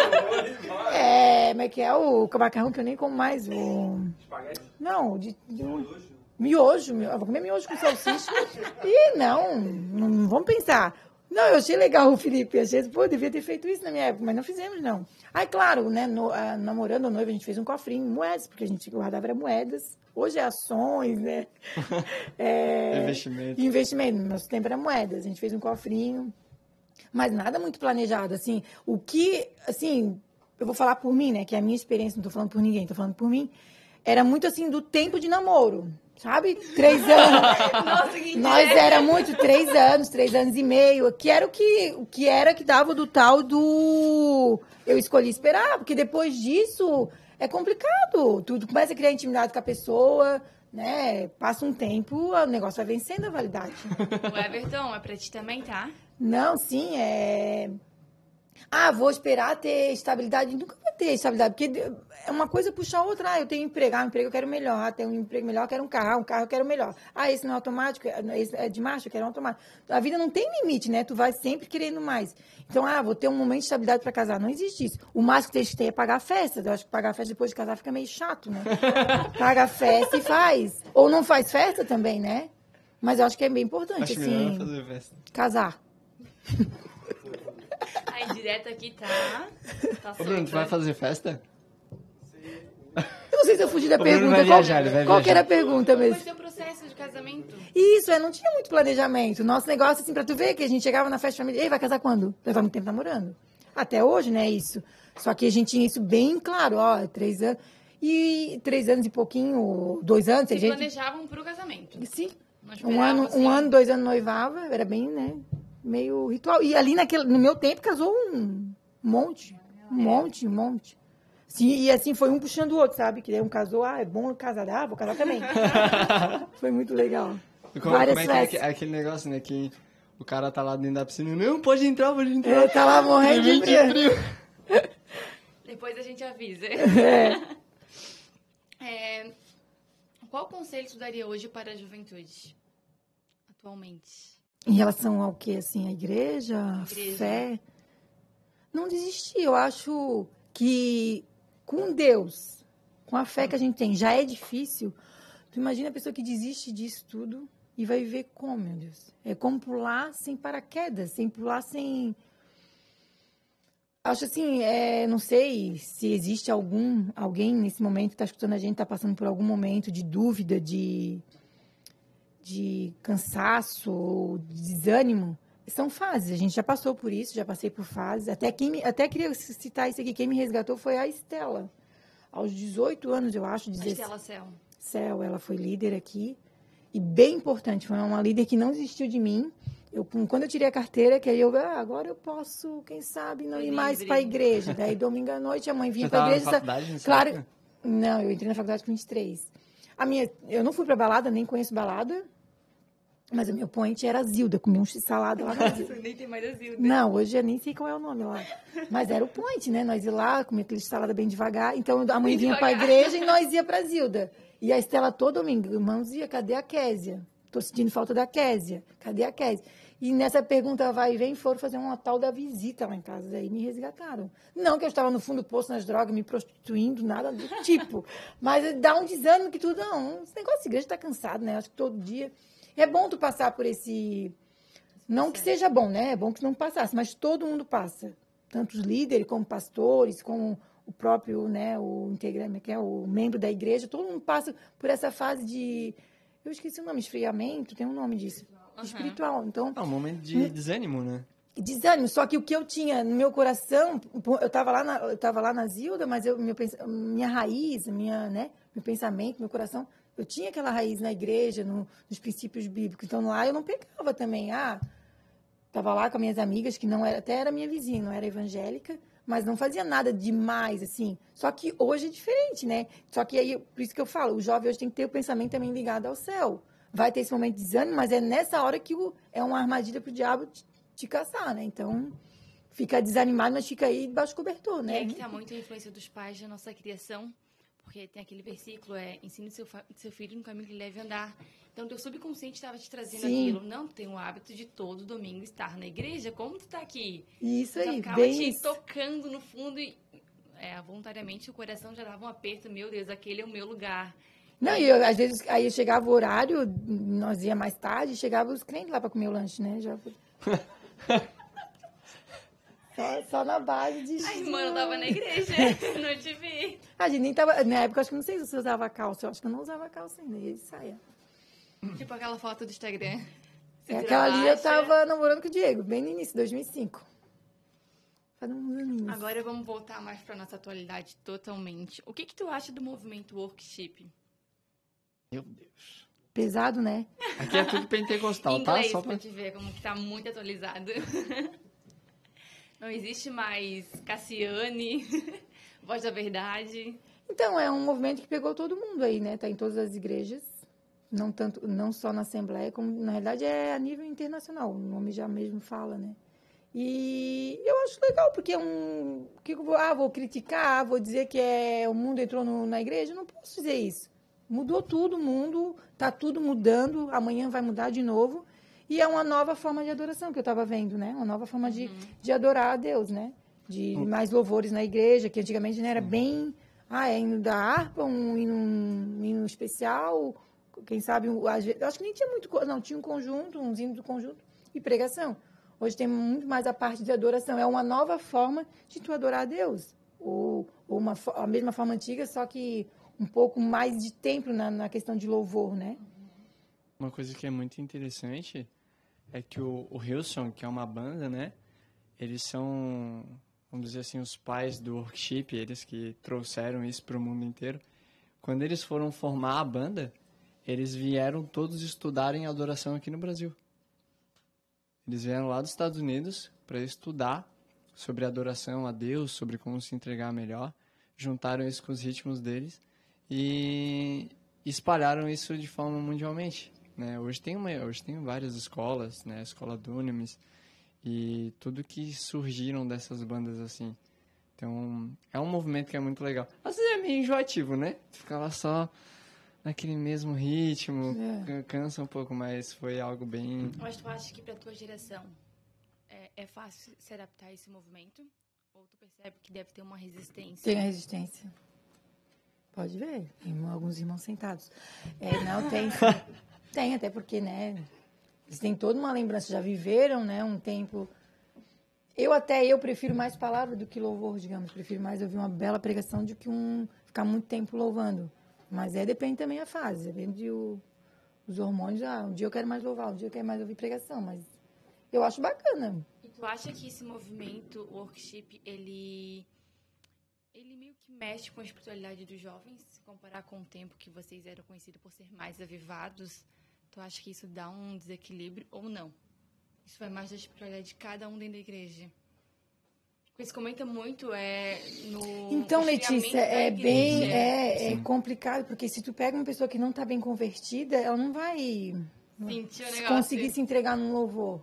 É, como é que é o macarrão que eu nem como mais? O... Não, de... de um... Miojo, miojo. Eu vou comer miojo com salsicha. Ih, não, não vamos pensar. Não, eu achei legal o Felipe. Às vezes, pô, eu devia ter feito isso na minha época, mas não fizemos, não. Aí, claro, né, no, a, namorando a noiva, a gente fez um cofrinho, moedas, porque a gente guardava era moedas. Hoje é ações, né? É, investimento. Investimento. No nosso tempo era moedas. A gente fez um cofrinho. Mas nada muito planejado, assim. O que, assim, eu vou falar por mim, né? Que é a minha experiência, não tô falando por ninguém, tô falando por mim. Era muito, assim, do tempo de namoro. Sabe? Três anos. Nossa, que Nós ideia. era muito, três anos, três anos e meio. Que era o que, o que era que dava do tal do... Eu escolhi esperar, porque depois disso é complicado. Tu começa a criar intimidade com a pessoa, né? Passa um tempo, o negócio vai vencendo a validade. O Everton, é pra ti também, tá? Não, sim, é... Ah, vou esperar ter estabilidade. Nunca vai ter estabilidade, porque é uma coisa puxar a outra. Ah, eu tenho emprego, ah, um emprego eu quero melhor. Ah, tenho um emprego melhor, eu quero um carro. Ah, um carro eu quero melhor. Ah, esse não é automático, esse é de marcha, eu quero um automático. A vida não tem limite, né? Tu vai sempre querendo mais. Então, ah, vou ter um momento de estabilidade para casar. Não existe isso. O máximo que tem que ter é pagar a festa. Eu acho que pagar a festa depois de casar fica meio chato, né? Paga a festa e faz. Ou não faz festa também, né? Mas eu acho que é bem importante, Acho assim, melhor fazer festa. casar. A indireta aqui tá... tá Ô, Bruno, tu vai solta. fazer festa? Eu não sei se eu fugi da O Bruno pergunta. vai Qual, viajar, ele vai qual que era a viajar. pergunta Como foi mesmo? seu processo de casamento? Isso, é, não tinha muito planejamento. Nosso negócio, assim, pra tu ver que a gente chegava na festa de família, ei, vai casar quando? Levava muito tempo namorando. Até hoje, né, isso. Só que a gente tinha isso bem claro, ó, três anos. E três anos e pouquinho, dois anos, tem Vocês gente... planejavam pro casamento. Sim. Não Um esperavam, ano, assim. um ano, dois anos noivava, era bem, né, meio ritual. E ali naquele, no meu tempo casou um monte, um monte, um monte. Sim, e assim foi um puxando o outro, sabe? Que daí um casou, ah, é bom casar, ah, vou casar também. Foi muito legal. Como, Várias como é que é festas. aque- aquele negócio, né? Que o cara tá lá dentro da piscina. Não, pode entrar, pode entrar. É, tá lá morrendo de Tremendo frio. Depois a gente avisa. É. É, qual conselho tu daria hoje para a juventude, atualmente? Em relação ao que, assim, a igreja, a Igreja. fé, não desistir. Eu acho que com Deus, com a fé que a gente tem, já é difícil. Tu imagina a pessoa que desiste disso tudo e vai viver como, meu Deus? É como pular sem paraquedas, sem pular sem... Acho assim, é, não sei se existe algum, alguém nesse momento que está escutando a gente, está passando por algum momento de dúvida, de, de cansaço, ou de desânimo. São fases, a gente já passou por isso, já passei por fases. Até, quem me, até queria citar isso aqui, quem me resgatou foi a Estela. Aos dezoito anos, eu acho, A dezesseis. Estela Cel. Céu, ela foi líder aqui. E bem importante, foi uma líder que não desistiu de mim. Eu, quando eu tirei a carteira, que aí eu, ah, agora eu posso, quem sabe, não ir mais Livre. para a igreja. Daí, domingo à noite, a mãe vinha Você para a tava na igreja. faculdade nessa Claro, época? não, eu entrei na faculdade com vinte e três. A minha, eu não fui para balada, nem conheço balada, mas o meu point era a Zilda, comia um x-salada lá na Zilda. Nem tem mais Zilda. Não, hoje eu nem sei qual é o nome lá. Mas era o point, né? Nós ia lá, comia aquele salada bem devagar. Então a mãe Bem vinha para a devagar. igreja e nós ia para Zilda. E a Estela todo domingo, irmãos, ia, cadê a Késia? Tô sentindo falta da Késia. Cadê a Késia? E nessa pergunta vai e vem, foram fazer uma tal da visita lá em casa. Daí me resgataram. Não que eu estava no fundo do poço nas drogas, me prostituindo, nada do tipo. Mas dá um desânimo que tudo, não, esse negócio de igreja está cansado, né? Acho que todo dia... É bom tu passar por esse... Não que seja bom, né? É bom que não passasse, mas todo mundo passa. Tanto os líderes, como pastores, como o próprio, né, o integrante, que é o membro da igreja, todo mundo passa por essa fase de... Eu esqueci o nome, esfriamento, tem um nome disso. Uhum. Espiritual. Então, É um momento de desânimo, né? desânimo. Só que o que eu tinha no meu coração, eu estava lá na, eu tava lá na Zilda, mas eu, meu, pens- minha raiz, minha, né, meu pensamento, meu coração, eu tinha aquela raiz na igreja, no- nos princípios bíblicos. Então lá eu não pegava também. Ah, estava lá com as minhas amigas, que não era, até era minha vizinha, não era evangélica, mas não fazia nada demais, assim. Só que hoje é diferente, né? Só que aí, por isso que eu falo, o jovem hoje tem que ter o pensamento também ligado ao céu. Vai ter esse momento de desânimo, mas é nessa hora que o, é uma armadilha pro diabo te, te caçar, né? Então, fica desanimado, mas fica aí debaixo do cobertor, né? E aí que tá muito a influência dos pais da nossa criação, porque tem aquele versículo, é, ensine seu, seu filho no caminho que ele deve andar. Então, teu subconsciente estava te trazendo Sim. aquilo. Não, tu tem o hábito de todo domingo estar na igreja. Como tu tá aqui? Isso Então, aí, ficava bem te isso. tocando no fundo e é, voluntariamente o coração já dava um aperto. Meu Deus, aquele é o meu lugar. Não, e eu, às vezes, aí eu chegava o horário, nós ia mais tarde, chegava os clientes lá para comer o lanche, né? Já... só, só na base de... A irmã não tava na igreja, não te vi. A gente nem tava... Na época, acho que não sei se você usava calça, eu acho que eu não usava calça ainda, e saia. Tipo aquela foto do Instagram. É, aquela ali eu tava namorando com o Diego, bem no início, dois mil e cinco. Faz uns aninhos. Agora vamos voltar mais pra nossa atualidade totalmente. O que que tu acha do movimento workshop? Meu Deus. Pesado, né? Aqui é tudo pentecostal, Em tá? inglês, Só pra pra... te ver como que tá muito atualizado. Não existe mais Cassiane, Voz da Verdade. Então, é um movimento que pegou todo mundo aí, né? Tá em todas as igrejas. Não, tanto, não só na Assembleia, como na realidade é a nível internacional. O nome já mesmo fala, né? E eu acho legal, porque é um... Que eu vou, ah, vou criticar, vou dizer que é, o mundo entrou no, na igreja. Eu não posso dizer isso. Mudou tudo, o mundo, tá tudo mudando. Amanhã vai mudar de novo. E é uma nova forma de adoração que eu estava vendo, né? Uma nova forma de, Uhum. de adorar a Deus, né? De mais louvores na igreja, que antigamente né, era bem... Ah, é hino da harpa, um hino, um hino especial... Quem sabe, às vezes, eu acho que nem tinha muito, não, tinha um conjunto, uns hinos do conjunto e pregação. Hoje tem muito mais a parte de adoração. É uma nova forma de tu adorar a Deus. Ou, ou uma, a mesma forma antiga, só que um pouco mais de tempo na, na questão de louvor, né? Uma coisa que é muito interessante é que o, o Hillsong, que é uma banda, né? Eles são, vamos dizer assim, os pais do worship, eles que trouxeram isso para o mundo inteiro. Quando eles foram formar a banda, eles vieram todos estudarem adoração aqui no Brasil. Eles vieram lá dos Estados Unidos para estudar sobre adoração a Deus, sobre como se entregar melhor. Juntaram isso com os ritmos deles e espalharam isso de forma mundialmente, né? Hoje tem uma, hoje tem várias escolas, né? A escola Dunamis e tudo que surgiram dessas bandas assim. Então, é um movimento que é muito legal. Às vezes é meio enjoativo, né? Ficar lá só naquele mesmo ritmo, É. cansa um pouco, mas foi algo bem... Mas tu acha que pra tua geração é, é fácil se adaptar a esse movimento? Ou tu percebe que deve ter uma resistência? Tem a resistência. Pode ver, tem alguns irmãos sentados. É, não, tem sim. Tem, até porque, né, eles têm toda uma lembrança, já viveram, né, um tempo... Eu até, eu prefiro mais palavra do que louvor, digamos. Prefiro mais ouvir uma bela pregação do que um, ficar muito tempo louvando. Mas é, depende também a fase, depende o, os hormônios. Ah, um dia eu quero mais louvar, um dia eu quero mais ouvir pregação, mas eu acho bacana. E tu acha que esse movimento, o workshop, ele, ele meio que mexe com a espiritualidade dos jovens, se comparar com o tempo que vocês eram conhecidos por ser mais avivados? Tu acha que isso dá um desequilíbrio ou não? Isso vai mais da espiritualidade de cada um dentro da igreja? Porque se comenta muito é no Então, esfriamento Letícia, da é igreja. bem é, é complicado, porque se tu pega uma pessoa que não está bem convertida, ela não vai Sentir o se negócio. conseguir se entregar num louvor.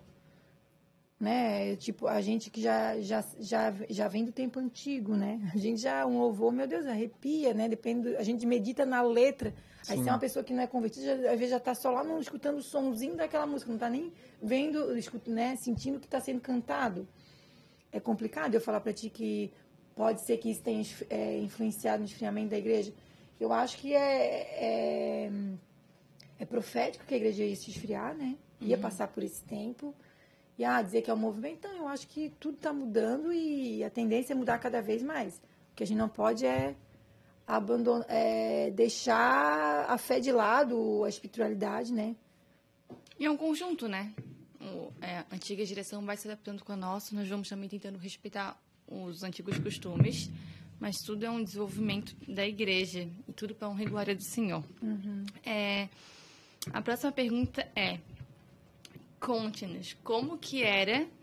Né? Tipo, a gente que já, já, já, já vem do tempo antigo, né? A gente já, um louvor, meu Deus, arrepia, né? Depende do, a gente medita na letra. Aí Sim. se é uma pessoa que não é convertida, já, às vezes já está só lá no, escutando o sonzinho daquela música, não está nem vendo, escuta, né? Sentindo o que está sendo cantado. É complicado eu falar para ti que pode ser que isso tenha é, influenciado no esfriamento da igreja. Eu acho que é, é, é profético que a igreja ia se esfriar, né? Ia uhum. passar por esse tempo. E ah, dizer que é um movimento, então, eu acho que tudo está mudando e a tendência é mudar cada vez mais. O que a gente não pode é, abandonar, é deixar a fé de lado, a espiritualidade, né? E é um conjunto, né? O, é, a antiga direção vai se adaptando com a nossa, nós vamos também tentando respeitar os antigos costumes, mas tudo é um desenvolvimento da igreja e tudo para honra e glória do Senhor. Uhum. É, a próxima pergunta é: conte-nos como que era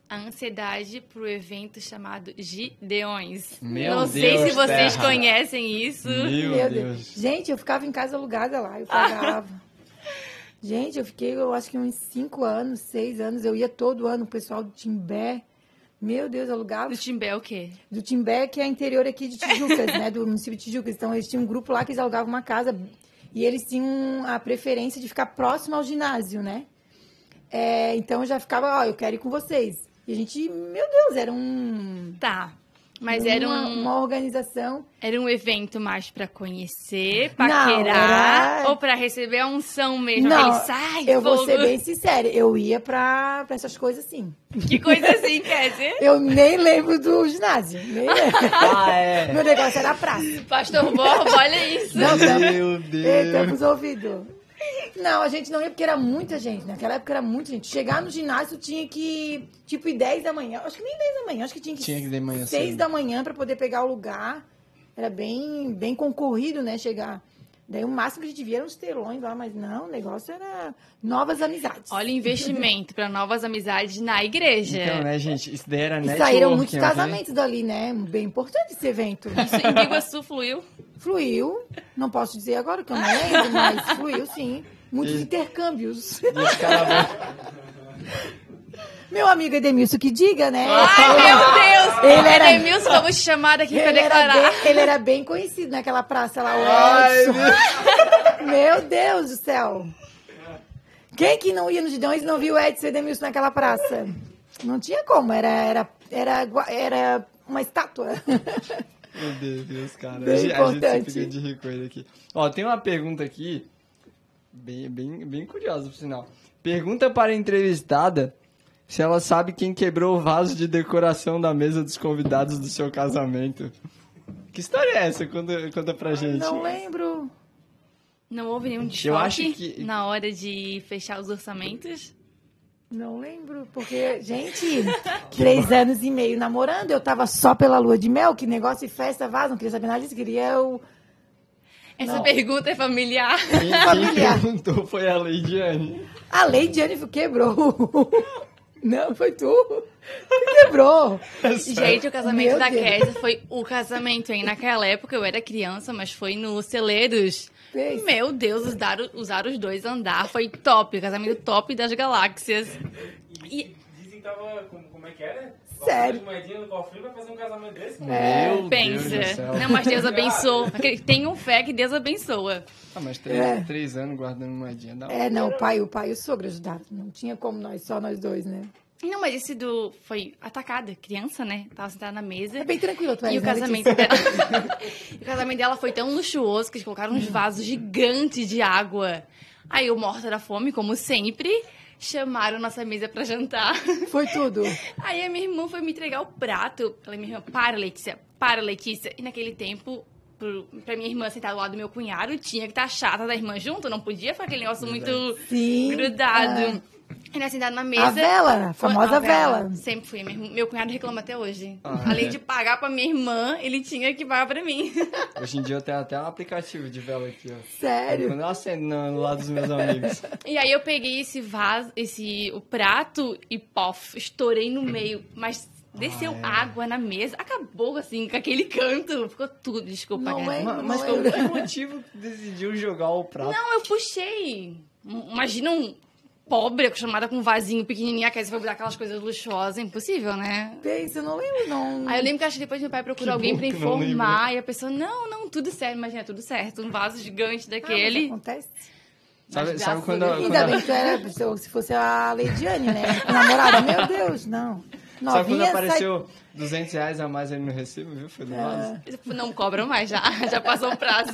a ansiedade pro evento chamado Gideões. Meu Não sei Deus, se vocês Terra. conhecem isso. Meu, Meu Deus. Deus. Gente, eu ficava em casa alugada lá, eu pagava. Gente, eu fiquei, eu acho que uns cinco anos, seis anos, eu ia todo ano, o pessoal do Timbé. Meu Deus, alugava. Do Timbé é o quê? Do Timbé, que é interior aqui de Tijucas, né? Do município de Tijucas. Então, eles tinham um grupo lá que eles alugavam uma casa e eles tinham a preferência de ficar próximo ao ginásio, né? É, então, eu já ficava, ó, eu quero ir com vocês. E a gente, meu Deus, era um... Tá. Mas uma, era um, uma organização. era um evento mais pra conhecer, Não, paquerar, era- ou pra receber a unção mesmo? Não, Aquele sai, eu vou fogo. ser bem sincera, eu ia pra, pra essas coisas assim. Que coisa assim, quer dizer? Eu nem lembro do ginásio. Nem lembro. Ah, é. Meu negócio era a praça. Pastor Borba, olha isso. Não, tam- Meu Ei, Deus. tampos ouvidos. Não, a gente não ia porque era muita gente. Naquela época era muita gente. Chegar no ginásio tinha que, tipo, ir dez da manhã. Acho que nem dez da manhã. Acho que tinha que Tinha que ir de manhã seis cedo. da manhã pra poder pegar o lugar. Era bem, bem concorrido, né? Chegar. Daí o máximo que a gente via eram os telões lá, mas não, o negócio era novas amizades. Olha o investimento pra novas amizades na igreja. Então, né, gente? Isso daí era E networking. saíram muitos ok? casamentos dali, né? Bem importante esse evento. Isso em Biguaçu fluiu. Fluiu. Não posso dizer agora que eu não lembro, mas fluiu sim. Muitos E- intercâmbios. E os caras Meu amigo Edemilson que diga, né? Ai, meu Deus! Ele era- Edemilson, vamos te chamar aqui pra Ele era, declarar. bem, ele era bem conhecido naquela praça lá, o Ai, Edson. Meu Deus do céu. Quem que não ia no Gideões e não viu o Edson e Edemilson naquela praça? Não tinha como, era, era, era, gua- era uma estátua. Meu Deus, cara. Bem a gente, a gente importante. fica de rir com ele aqui. Ó, tem uma pergunta aqui, bem, bem, bem curiosa, por sinal. Pergunta para a entrevistada se ela sabe quem quebrou o vaso de decoração da mesa dos convidados do seu casamento. Que história é essa? Conta, conta pra gente. Não lembro. Não houve nenhum Eu acho desfoque que- na hora de fechar os orçamentos? Não lembro, porque, gente, três anos e meio namorando, eu tava só pela lua de mel, que negócio de festa, vaza, não queria saber nada disso, queria o... Essa Não. pergunta é familiar. Quem, quem Familiar. perguntou foi a Leidiane. A Lady Jennifer quebrou. Não, foi tu. Tu quebrou. Gente, o casamento Meu da Deus. Kézia foi o casamento, hein? Naquela época eu era criança, mas foi no Celeiros. Fez. Meu Deus, usaram, usaram os dois andar, foi top, o casamento top das galáxias. E Dizem que tava. Como, como é que era? Sério. Uma moedinha no cofrinho pra fazer um casamento desse? É, Meu pensa, Deus do céu. não, mas Deus abençoa. Acredito- Tenham fé que Deus abençoa. Ah, mas três, É. três anos guardando moedinha. Dá É, não, o pai, o pai e o sogro ajudaram. Não tinha como nós, só nós dois, né? Não, mas esse do foi atacada, criança, né? Tava sentada na mesa. É bem tranquilo, tu és, E o né, casamento Letícia? dela. o casamento dela foi tão luxuoso que eles colocaram uns vasos gigantes de água. Aí o morto da fome, como sempre, chamaram nossa mesa pra jantar. Foi tudo. Aí a minha irmã foi me entregar o prato. Ela, minha irmã, para, Letícia, para, Letícia. E naquele tempo, pro, pra minha irmã sentar do lado do meu cunhado, tinha que estar chata da irmã junto, não podia ficar aquele negócio muito Sim. grudado. E nós sentados na mesa. A vela, a famosa A vela. Sempre fui. Meu, meu cunhado reclama até hoje. Ah, Além é. de pagar pra minha irmã, ele tinha que pagar pra mim. Hoje em dia eu tenho até um aplicativo de vela aqui, ó. Sério. Quando eu acendo no, no lado dos meus amigos. E aí eu peguei esse vaso, esse, o prato e, pof, estourei no meio. Mas desceu Ah, é. água na mesa. Acabou, assim, com aquele canto. Ficou tudo, desculpa. Não cara. lembro. Ma- Mas qual foi o motivo que decidiu jogar o prato? Não, eu puxei. Imagina um pobre acostumada com um vasinho pequenininho, a Kézia vai botar aquelas coisas luxuosas. É impossível, né? Pensa, eu não lembro, não. Aí eu lembro que acho que depois meu pai procurou Que alguém bom pra que não informar. E a pessoa, não, não, tudo certo. Imagina, tudo certo. Um vaso gigante Ah, mas daquele. acontece. Sabe, Mas sabe graças quando, a a- Deus. quando Ainda a- bem que tu era, se se fosse a Leidiane, né? A namorada, meu Deus, não. sabe quando Novinha sai... apareceu duzentos reais a mais ali no recibo, viu? Foi do vaso. Não cobram mais já. Já passou o prazo.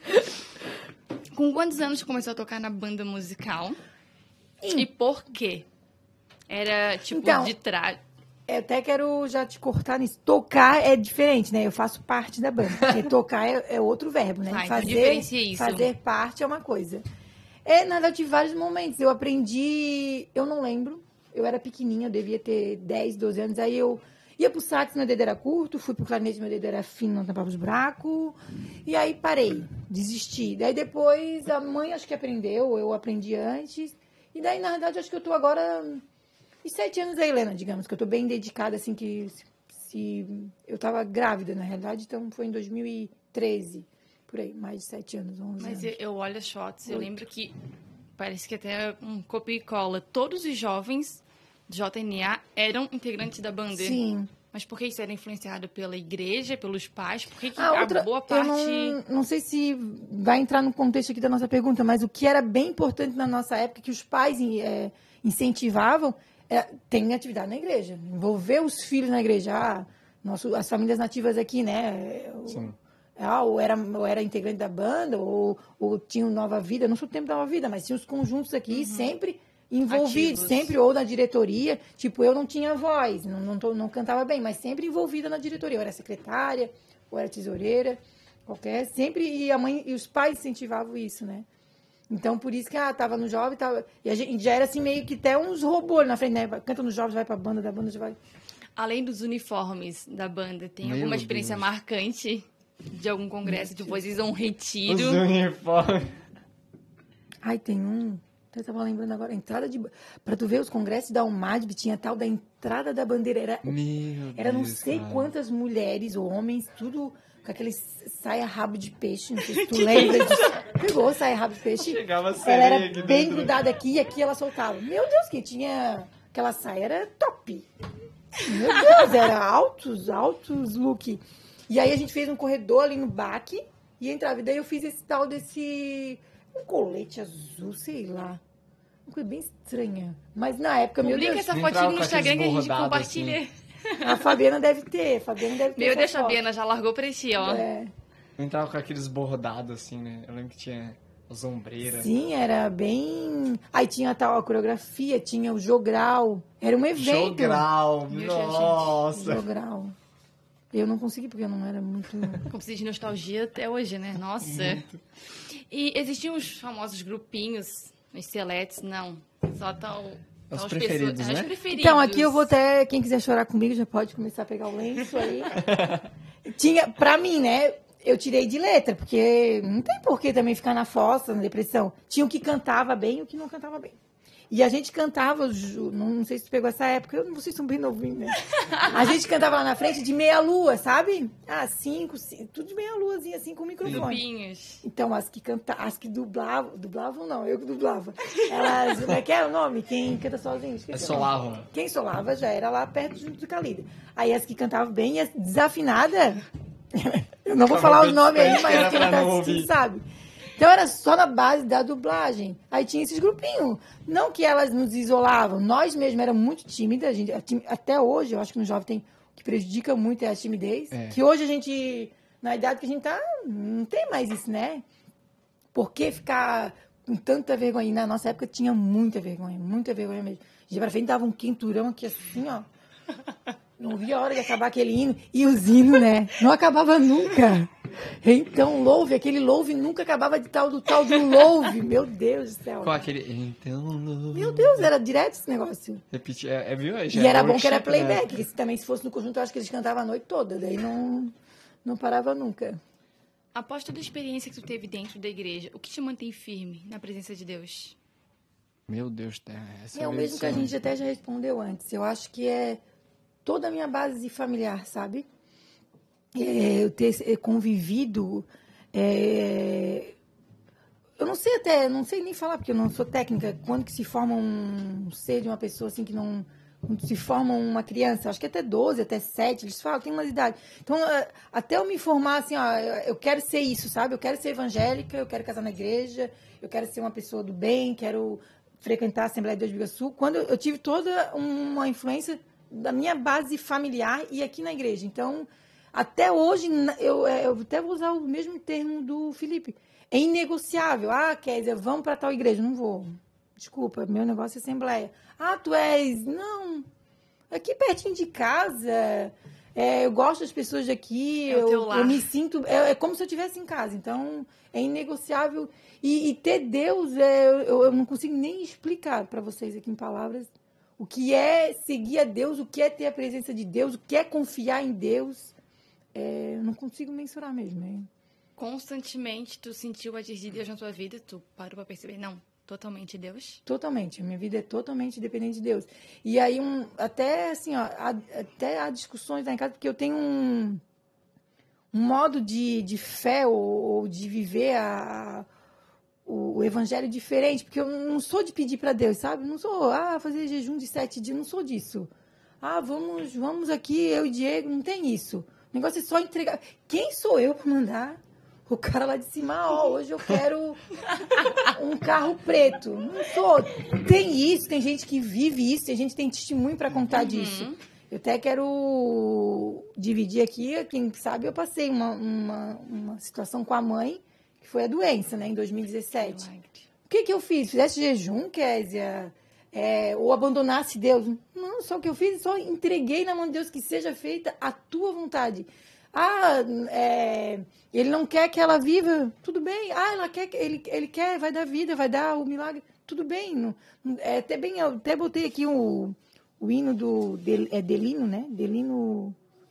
Com quantos anos começou a tocar na banda musical? E por quê? Era, tipo, Então, de trás. Eu até quero já te cortar nisso. Tocar é diferente, né? Eu faço parte da banda. Porque tocar é, é outro verbo, né? Tá, então fazer, diferencia isso. fazer parte é uma coisa. É, na verdade, eu tive vários momentos. Eu aprendi... Eu não lembro. Eu era pequenininha, eu devia ter dez, doze anos. Aí eu ia pro sax, meu dedo era curto. Fui pro clarinete, meu dedo era fino, não tampava os buracos. E aí parei, desisti. Daí depois a mãe acho que aprendeu, eu aprendi antes. E daí, na verdade, acho que eu tô agora... E sete anos da Helena, digamos, que eu tô bem dedicada, assim, que se, se eu tava grávida, na realidade, então foi em dois mil e treze, por aí, mais de sete anos, onze Mas anos. eu, eu olho as fotos, eu Oito. lembro que parece que até um copia e cola. Todos os jovens do J N A eram integrantes da banda. Sim. Mas por que isso era influenciado pela igreja, pelos pais? Por que, que Ah, a outra, boa eu parte... não, não sei se vai entrar no contexto aqui da nossa pergunta, mas o que era bem importante na nossa época, que os pais é, incentivavam, é, tem atividade na igreja. Envolver os filhos na igreja. Ah, nosso, as famílias nativas aqui, né? Sim. Ah, ou, era, ou era integrante da banda, ou, ou tinham Nova Vida. Não sou o tempo da Nova Vida, mas tinha os conjuntos aqui, sempre envolvidos, Ativos. sempre ou na diretoria. Tipo, eu não tinha voz, não, não, tô, não cantava bem, mas sempre envolvida na diretoria. Eu era secretária, ou era tesoureira, qualquer. Sempre, e a mãe e os pais incentivavam isso, né? Então, por isso que, ah, tava no jovem, tava, e a gente já era assim, meio que até uns robôs na frente, né? Canta nos jovens, vai pra banda, da banda já vai... Além dos uniformes da banda, tem Meu alguma experiência Deus. marcante de algum congresso de vocês ou um retiro? Os uniformes. Ai, tem um... Eu tava lembrando agora, a entrada de... Pra tu ver os congressos da UMADB, tinha tal da entrada da bandeira. Era, Meu era não Deus, sei cara. quantas mulheres ou homens, tudo com aquele saia rabo de peixe. Não sei se tu lembra disso. Pegou saia rabo de peixe. Chegava a Ela sereia era aqui bem dentro. grudada aqui e aqui ela soltava. Meu Deus, que tinha... Aquela saia era top. Meu Deus, era altos, altos look. E aí a gente fez um corredor ali no baque e entrava. E daí eu fiz esse tal desse... Um colete azul, sei lá. Uma coisa bem estranha. Mas na época, meu Publica Deus... essa Não fotinha entrava no com Instagram que a aqueles gente bordados, compartilha. A Fabiana deve ter, a Fabiana deve ter Meu essa Deus, foto. Fabiana, já largou pra ti, ó. É. Eu entrava com aqueles bordados assim, né? Eu lembro que tinha as ombreiras. Sim, era bem... Aí tinha a tal a coreografia, tinha o jogral. Era um evento. Jogral, Meu Deus, nossa. Jogral. Eu não consegui porque eu não era muito... Como se diz nostalgia até hoje, né? Nossa. E existiam os famosos grupinhos, os seletos, não. Só tal... Os tal preferidos, pessoas, né? Os preferidos. Então, aqui eu vou até... Quem quiser chorar comigo já pode começar a pegar o lenço aí. Tinha, pra mim, né? Eu tirei de letra, porque não tem por que também ficar na fossa, na depressão. Tinha o que cantava bem e o que não cantava bem. E a gente cantava, ju- não, não sei se tu pegou essa época, eu não vocês são bem novinhos, né? A gente cantava lá na frente de meia-lua, sabe? Ah, cinco, cinco, tudo de meia-luazinha, assim, com microfone. Grupinhos. Então, as que canta, as que dublavam, dublavam não, eu que dublava. Elas, como é que é o nome? Quem canta sozinho? Esqueci É o nome. solavam. Quem solava já era lá perto junto do Calida. Aí as que cantavam bem e as desafinadas, eu não vou Tava falar bem os nomes aí, distante, mas era quem pra tá não assistindo ouvir. sabe. Então era só na base da dublagem. Aí tinha esses grupinhos. Não que elas nos isolavam, nós mesmos éramos muito tímidas. A gente, a tim- até hoje, eu acho que no jovem tem o que prejudica muito é a timidez. É. Que hoje a gente, na idade que a gente tá, não tem mais isso, né? Por que ficar com tanta vergonha? E na nossa época tinha muita vergonha, muita vergonha mesmo. A gente pra frente dava um quinturão aqui assim, ó. Não via a hora de acabar aquele hino. E os hinos, né? Não acabava nunca. Então, louve, aquele louve nunca acabava de tal do tal do louve. Meu Deus do céu. Com aquele. Então, louve. Meu Deus, era direto esse negócio. Repetir, é, é, viu? Já E é era bom que era workshop, né? playback. Que se também se fosse no conjunto, eu acho que eles cantavam a noite toda. Daí não, não parava nunca. Após toda a experiência que tu teve dentro da igreja, o que te mantém firme na presença de Deus? Meu Deus, tá, essa É o mesmo que a edição. gente até já respondeu antes. Eu acho que é toda a minha base familiar, sabe? É, eu ter é, convivido. é, eu não sei até, não sei nem falar, porque eu não sou técnica. Quando que se forma um ser de uma pessoa assim que não. Quando se forma uma criança, acho que até doze, até sete, eles falam, tem umas idades. Então, é, até eu me formar assim, ó, eu eu quero ser isso, sabe? Eu quero ser evangélica, eu quero casar na igreja, eu quero ser uma pessoa do bem, quero frequentar a Assembleia de Deus de Biguaçu. Quando eu, eu tive toda uma influência da minha base familiar e aqui na igreja. Então, até hoje, na- eu, é, eu até vou usar o mesmo termo do Felipe. É inegociável. Ah, Kézia, vamos para tal igreja. Não vou. Desculpa, meu negócio é Assembleia. Ah, tu és... Não. Aqui pertinho de casa. É, eu gosto das pessoas daqui. É o eu, teu lar. eu me sinto... É, é como se eu estivesse em casa. Então, é inegociável. E, e ter Deus, é, eu, eu não consigo nem explicar para vocês aqui em palavras o que é seguir a Deus, o que é ter a presença de Deus, o que é confiar em Deus. É, eu não consigo mensurar mesmo. Hein? Constantemente tu sentiu o agir de Deus na tua vida? Tu parou pra perceber? Não, totalmente Deus? Totalmente. A minha vida é totalmente dependente de Deus. E aí, um, até assim, ó, há, até há discussões lá em casa, porque eu tenho um, um modo de, de fé ou, ou de viver a, o, o evangelho diferente, porque eu não sou de pedir para Deus, sabe? Não sou, ah, fazer jejum de sete dias, não sou disso. Ah, vamos, vamos aqui, eu e Diego, não tem isso. O negócio é só entregar. Quem sou eu para mandar o cara lá de cima, ó, hoje eu quero um carro preto? Não sou. Tem isso, tem gente que vive isso, tem gente que tem testemunho para contar Uhum. disso. Eu até quero dividir aqui, quem sabe eu passei uma, uma, uma situação com a mãe, que foi a doença, né, em dois mil e dezessete. O que que eu fiz? Fizesse jejum, Kézia? É, ou abandonasse Deus? Não, só o que eu fiz, só entreguei na mão de Deus que seja feita a tua vontade. Ah, é, ele não quer que ela viva, tudo bem. Ah, ela quer, ele, ele quer, vai dar vida, vai dar o milagre, tudo bem. Não, é, até bem, eu até botei aqui o, o hino do Del, é Delino, né? Delino,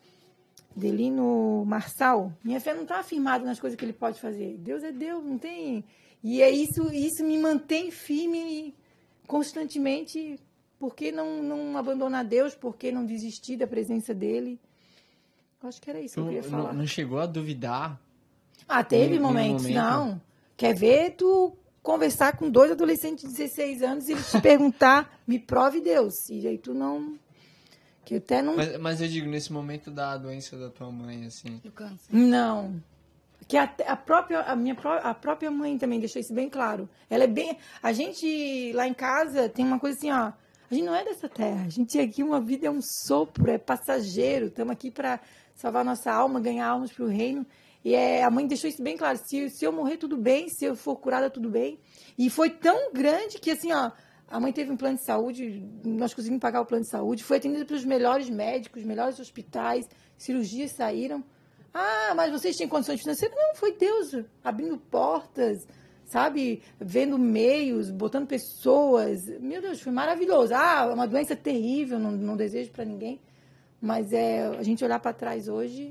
Delino Marçal. Minha fé não está afirmada nas coisas que ele pode fazer. Deus é Deus, não tem. E é isso, isso me mantém firme constantemente. Por que não, não abandonar Deus? Por que não desistir da presença dele? Acho que era isso que eu queria Tu falar. não, não chegou a duvidar? Ah, teve Em- em momentos, momento? não. Quer ver tu conversar com dois adolescentes de dezesseis anos e eles te perguntar, me prove Deus. E aí tu não... Que eu até não... Mas, mas eu digo, nesse momento da doença da tua mãe, assim. Do câncer. Não. Que a, a, própria, a, minha, pró- a própria mãe também deixou isso bem claro. Ela é bem... A gente, lá em casa, tem uma coisa assim, ó. A gente não é dessa terra. A gente aqui, uma vida é um sopro, é passageiro. Estamos aqui para salvar nossa alma, ganhar almas para o reino. E é, a mãe deixou isso bem claro. Se, se eu morrer, tudo bem. Se eu for curada, tudo bem. E foi tão grande que, assim, ó... A mãe teve um plano de saúde, nós conseguimos pagar o plano de saúde. Foi atendida pelos melhores médicos, melhores hospitais. Cirurgias saíram. Ah, mas vocês têm condições financeiras? Não, foi Deus abrindo portas, sabe? Vendo meios, botando pessoas. Meu Deus, foi maravilhoso. Ah, uma doença terrível, não, não desejo para ninguém. Mas é, a gente olhar para trás hoje,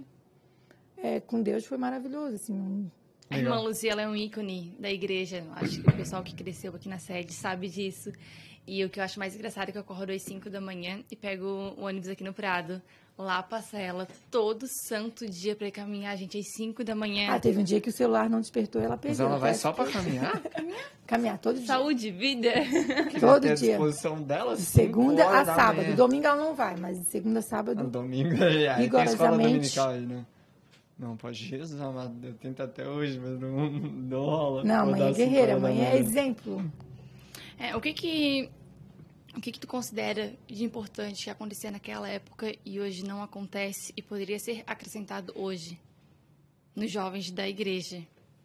é, com Deus, foi maravilhoso. Assim, não... A irmã Luzia, ela é um ícone da igreja. Acho que o pessoal que cresceu aqui na sede sabe disso. E o que eu acho mais engraçado é que eu acordo às cinco da manhã e pego o ônibus aqui no Prado. Lá passa ela todo santo dia pra ir caminhar, gente, às cinco da manhã. Ah, teve um dia que o celular não despertou, ela perdeu. Mas ela vai parece só pra que- caminhar? Caminhar todo dia. Saúde, vida. Todo Tem a dia. disposição dela, De cinco segunda horas a da sábado. manhã. Domingo ela não vai, mas de segunda a No sábado. domingo, aí aí tem escola Rigorosamente. dominical aí, né? Não, pode Jesus amado, eu tento até hoje, mas não, não rola. Não, Vou mãe dar é cinco guerreira, horas da mãe é manhã. exemplo. É, o que que, o que que tu considera de importante que acontecia naquela época e hoje não acontece e poderia ser acrescentado hoje nos jovens da igreja?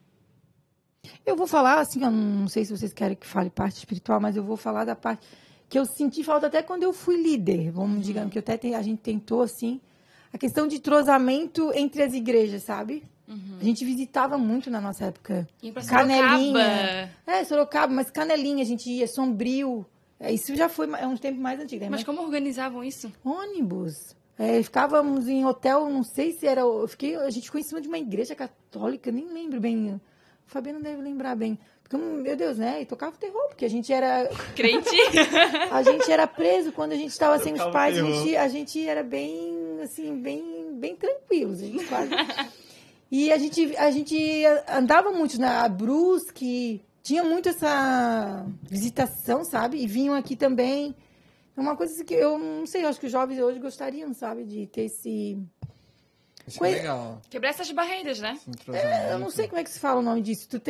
Eu vou falar, assim, eu não sei se vocês querem que fale parte espiritual, mas eu vou falar da parte que eu senti falta até quando eu fui líder. Vamos, digamos, que até tem- a gente tentou, assim, a questão de entrosamento entre as igrejas, sabe? A gente visitava muito na nossa época. Ia pra Canelinha. Sorocaba. É, Sorocaba, mas Canelinha, a gente ia, Sombrio. É, isso já foi é uns tempos mais antigos. né? Mas como organizavam isso? Ônibus. É, ficávamos em hotel, não sei se era. Eu fiquei, a gente ficou em cima de uma igreja católica, nem lembro bem. O Fabiano deve lembrar bem. Porque, meu Deus, né? E tocava terror, porque a gente era. Crente? A gente era preso quando a gente estava sem os Tocava pais. A terror. gente, a gente era bem, assim, bem, bem tranquilos. A gente quase. E a gente, a gente andava muito na Brusque. Tinha muito essa visitação, sabe? E vinham aqui também. É uma coisa que eu não sei, eu acho que os jovens hoje gostariam, sabe? De ter esse... Isso Coi- é legal. Quebrar essas barreiras, né? esse entrosamento. Eu não sei como é que se fala o nome disso. Tu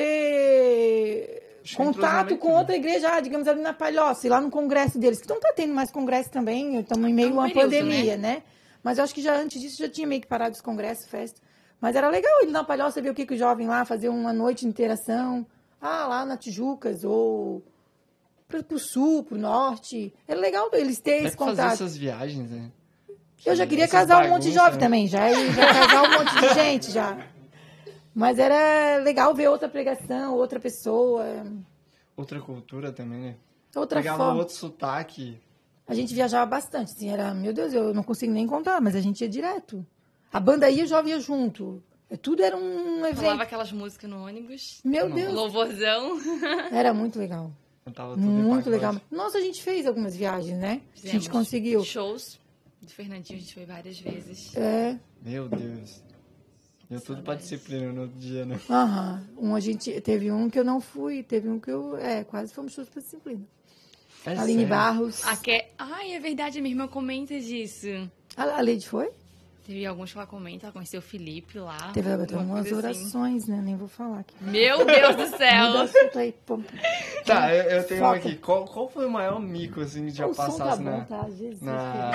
ter Acho que é contato entrosamento, com né? outra igreja, ah, digamos ali na Palhoça, e lá no congresso deles, que não tá tendo mais congresso também, estamos em meio É a um uma período, pandemia, né? Mas eu acho que já antes disso já tinha meio que parado os congressos, festa. Mas era legal ir na Palhoça ver o que, que o jovem lá, fazer uma noite de interação. Ah, lá na Tijucas, ou pro, pro sul, pro norte. Era legal eles terem Até esse fazer contato. essas viagens, né? Eu já queria Essas casar um monte de bagunças, jovem né? também, já ia já ia casar um monte de gente já. Mas era legal ver outra pregação, outra pessoa, Outra cultura também, né? outra Pegava forma. outro sotaque. A gente viajava bastante, assim, era, meu Deus, eu não consigo nem contar, mas a gente ia direto. A banda ia, o jovem ia junto. Tudo era um Falava evento. aquelas músicas no ônibus. Meu Um Deus, louvorzão. era muito legal. Eu tava tudo em Muito pacote. legal. Nossa, a gente fez algumas viagens, né? A Fizemos gente conseguiu. shows do Fernandinho, a gente foi várias vezes. É, Meu Deus. Eu tudo pra disciplina no outro dia, né? aham. Um, a gente, teve um que eu não fui, teve um que eu... É, quase fomos todos pra disciplina. É Aline sério? Barros. A que... Ai, é verdade, minha irmã comenta disso. A, a Leide foi? Teve alguns que ela comenta, ela conheceu o Felipe lá. Teve uma algumas coisa orações, né? Nem vou falar aqui. Assim. Meu Deus do Muda céu! assunto aí, pô. Tá, eu, eu tenho um Foca. aqui. Qual, qual foi o maior mico, assim, que já O som tá passasse bom, na... tá? Jesus. na...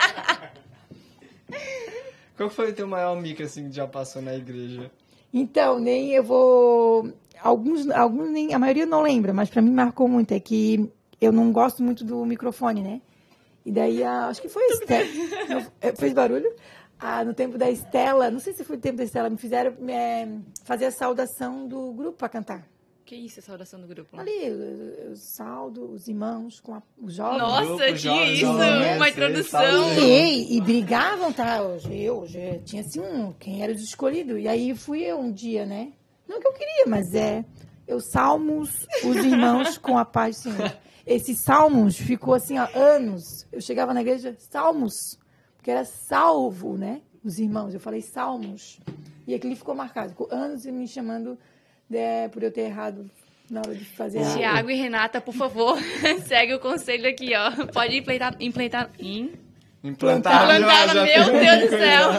Qual foi o teu maior mico, assim, que já passou na igreja? Então, nem eu vou... Alguns, alguns nem... A maioria não lembra, mas pra mim marcou muito. É que eu não gosto muito do microfone, né? E daí, a, acho que foi a Estela. Não, é, fez barulho? Ah, no tempo da Estela, não sei se foi no tempo da Estela, me fizeram é, fazer a saudação do grupo pra cantar. Que isso, essa oração do grupo? Ali, eu, eu saldo os irmãos com a, os jovens. Nossa, Grupo, tinha jovem, isso, jovem, uma sei, introdução. sabe? E, e brigavam, tá? Hoje, eu, hoje, tinha assim um, quem era os escolhidos. E aí fui eu um dia, né? Não que eu queria, mas é. Eu salmos os irmãos com a paz do Senhor. Esse salmos ficou assim, ó, anos. Eu chegava na igreja, salmos, porque era salvo, né? Os irmãos. Eu falei salmos. E aquilo ficou marcado. Ficou anos me chamando é, por eu ter errado na hora de fazer a... Tiago e Renata, por favor, segue o conselho aqui, ó. Pode implementar... implementar in... Implantar, implantar, já meu tem Deus do coisa. céu.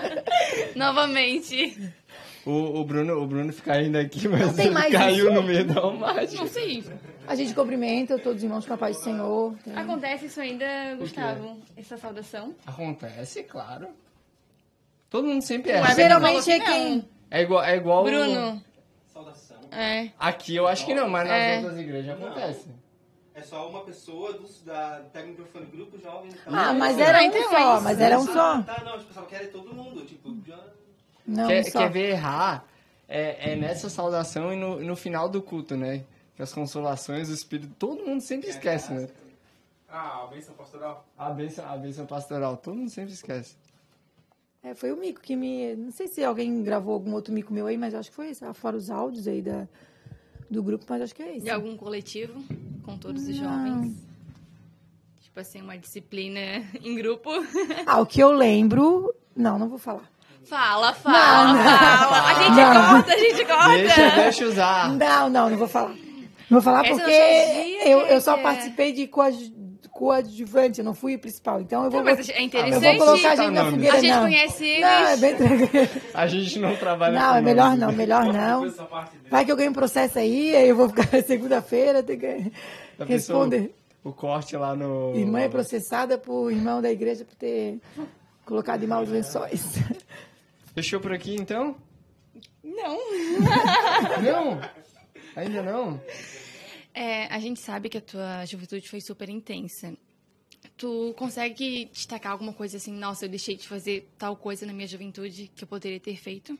Novamente. O, o, Bruno, o Bruno fica indo aqui, mas tem ele mais caiu isso? no meio da almagem. Não sei. A gente cumprimenta todos os irmãos com a paz do Senhor. Tem- Acontece isso ainda, Gustavo? Essa saudação? Acontece, claro. Todo mundo sempre Mas erra. ele Geralmente falou é que quem... não. É igual... É igual Bruno. Saudação. É. Aqui eu acho que não, mas nas É. outras igrejas acontece. É só uma pessoa do, da, pega o microfone, grupo, jovem e tal. Ah, mas Isso. era Ah, um então é só, isso. mas era um Ah, só. tá, não, tipo, pensava que era todo mundo, tipo, já... Não, Quer, um só. quer ver errar? É, é nessa saudação e no, no final do culto, né? Que as consolações do Espírito, todo mundo sempre esquece, né? Ah, a bênção pastoral. A bênção, a bênção pastoral, todo mundo sempre esquece. É, foi o mico que me... Não sei se alguém gravou algum outro mico meu aí, mas acho que foi esse. Fora os áudios aí da, do grupo, mas acho que é esse. De algum coletivo com todos os jovens? Tipo assim, uma disciplina em grupo? Ah, o que eu lembro... Não, não vou falar. Fala, fala, Não, não. fala. A gente Não. corta, a gente corta. Deixa, deixa usar. Não, não, não vou falar. Não vou falar Essa porque eu sabia eu, que eu só é. participei de coadju- coadjuvante, eu não fui o principal. Então eu vou... Não, mas é eu interessante. vou colocar a citar gente na nomes. fogueira, A gente não. conhece eles. Não, é bem tranquilo. A gente não trabalha Não, com é melhor nomes. não, melhor não. Essa parte dele. Vai que eu ganho um processo aí, aí eu vou ficar segunda-feira, ter que Já pensou responder. O corte lá no... Irmã é processada por irmão da igreja por ter colocado em maus lençóis. Fechou por aqui, então? Não. Não? Ainda não? É, a gente sabe que a tua juventude foi super intensa. Tu consegue destacar alguma coisa assim, nossa, eu deixei de fazer tal coisa na minha juventude que eu poderia ter feito?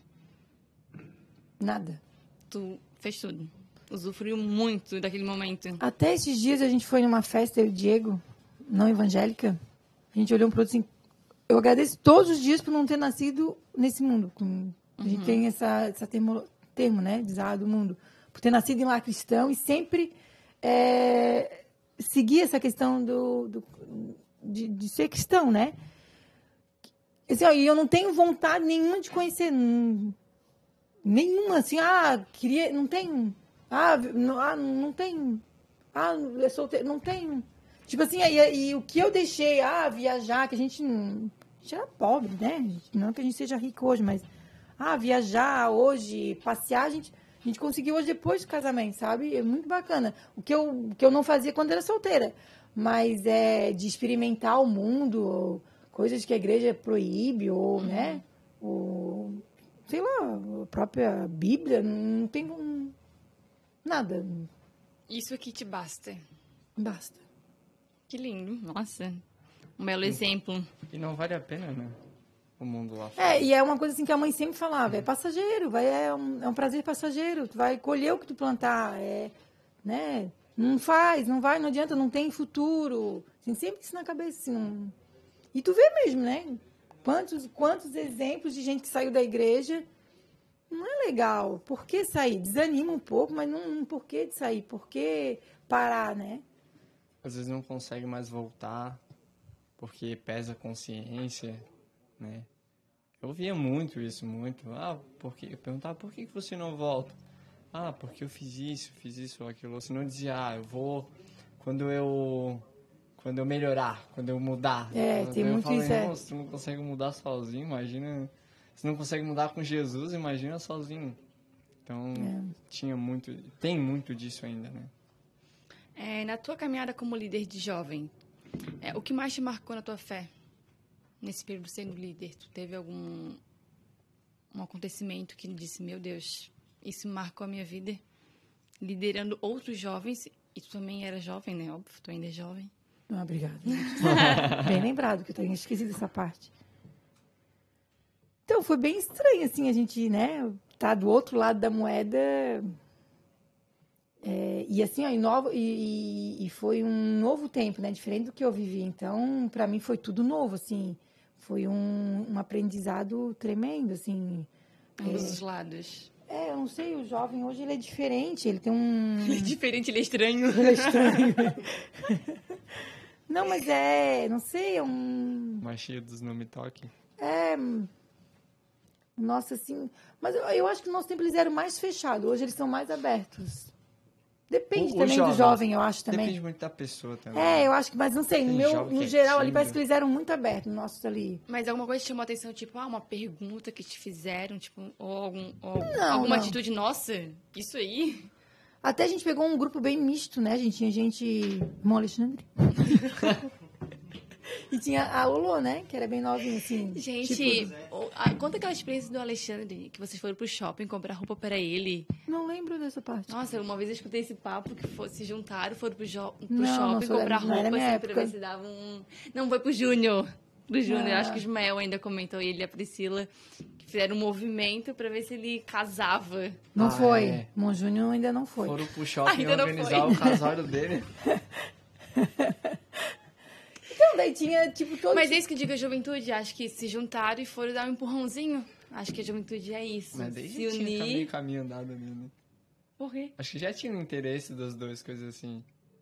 Nada. Tu fez tudo. Usufruiu muito daquele momento. Até esses dias a gente foi numa festa, eu e o Diego, não evangélica. A gente olhou um pro outro assim. Eu agradeço todos os dias por não ter nascido nesse mundo. Com- A gente tem essa, essa termo, termo, né? Desar do mundo. Por ter nascido em lar cristão e sempre é, seguir essa questão do, do- de, de ser cristão, né? Assim, ó, e eu não tenho vontade nenhuma de conhecer. hum, Nenhuma, assim, ah, queria. Não tenho. Ah, não, ah, não tenho. Ah, é solteiro. Não tenho. Tipo assim, aí, e o que eu deixei, ah, viajar, que a gente não. A gente era pobre, né? Não que a gente seja rico hoje, mas. Ah, viajar hoje, passear, a gente, a gente conseguiu hoje depois do casamento, sabe? É muito bacana. O que eu, o que eu não fazia quando era solteira. Mas é de experimentar o mundo, ou coisas que a igreja proíbe, ou, né? Ou, sei lá, a própria Bíblia, não tem um, nada. Isso aqui te basta. Basta. Que lindo, nossa. Um belo exemplo. E não vale a pena, né? O mundo lá fora. É, e é uma coisa assim que a mãe sempre falava, é passageiro, vai, é, um, é um prazer passageiro, tu vai colher o que tu plantar, é, né? Não faz, não vai, não adianta, não tem futuro. Assim, sempre isso na cabeça, assim, não... E tu vê mesmo, né? Quantos, quantos exemplos de gente que saiu da igreja não é legal. Por que sair? Desanima um pouco, mas não, não por que de sair? Por que parar, né? Às vezes não consegue mais voltar porque pesa a consciência, né? Eu via muito isso, muito. Ah, porque eu perguntava, por que que você não volta? Ah, porque eu fiz isso, fiz isso ou aquilo. Você não dizia, ah, eu vou quando eu quando eu melhorar, quando eu mudar. É, tem eu muito falo, isso, é. irmão, se tu não consegue mudar sozinho, imagina... Se não consegue mudar com Jesus, imagina sozinho. Então, É. tinha muito... Tem muito disso ainda, né? É, na tua caminhada como líder de jovem, é, o que mais te marcou na tua fé? Nesse período sendo líder, tu teve algum um acontecimento que disse, meu Deus, isso marcou a minha vida? Liderando outros jovens, e tu também era jovem, né? Óbvio, tu ainda é jovem. Ah, obrigada. Bem lembrado, que eu tinha esquecido essa parte. Então, foi bem estranho, assim, a gente, né, tá do outro lado da moeda. É, e assim, ó, e, novo, e, e foi um novo tempo, né, diferente do que eu vivi. Então, para mim foi tudo novo, assim, foi um, um aprendizado tremendo, assim. Ambos os lados. É, eu não sei, o jovem hoje ele é diferente, ele tem um... Ele é diferente, ele é estranho. Ele é estranho. Não, mas é, não sei, é um... Machia dos não me toque. É... Nossa, assim... Mas eu, eu acho que no nosso tempo eles eram mais fechados, hoje eles são mais abertos. Depende O- os também jovens. do jovem, eu acho também. Depende muito da pessoa também. É, eu acho que, mas não sei, no, Tem meu, jovem no que é geral ali tímido. parece que eles eram muito abertos, nossos ali. Mas alguma coisa te chamou a atenção, tipo, ah, uma pergunta que te fizeram, tipo, ou, algum, ou Não, alguma não. atitude, nossa, isso aí? Até a gente pegou um grupo bem misto, né? A gente tinha gente... Irmão Alexandre. E tinha a Lolo, né? Que era bem novinha, assim. Gente, tipo- o- a- conta aquela experiência do Alexandre, que vocês foram pro shopping comprar roupa para ele. Não lembro dessa parte. Nossa, uma vez eu escutei esse papo que fo- se juntaram, foram pro, jo- pro Não, não shopping sou da- comprar não era roupa minha assim, pra época. ver se dava um... Não, foi pro Júnior. Pro Júnior, Ah. acho que o Ismael ainda comentou, ele e a Priscila, que fizeram um movimento pra ver se ele casava. Não Ah, foi. é. Mon Júnior ainda não foi. Foram pro shopping Ainda não organizar foi. o casório dele. Então, daí tinha, tipo, todos... Mas é isso que eu digo, a juventude, acho que se juntaram e foram dar um empurrãozinho. Acho que a juventude é isso. Mas daí se já tinha meio unir. caminho andado ali, né? Por quê? Acho que já tinha um interesse das duas coisas assim.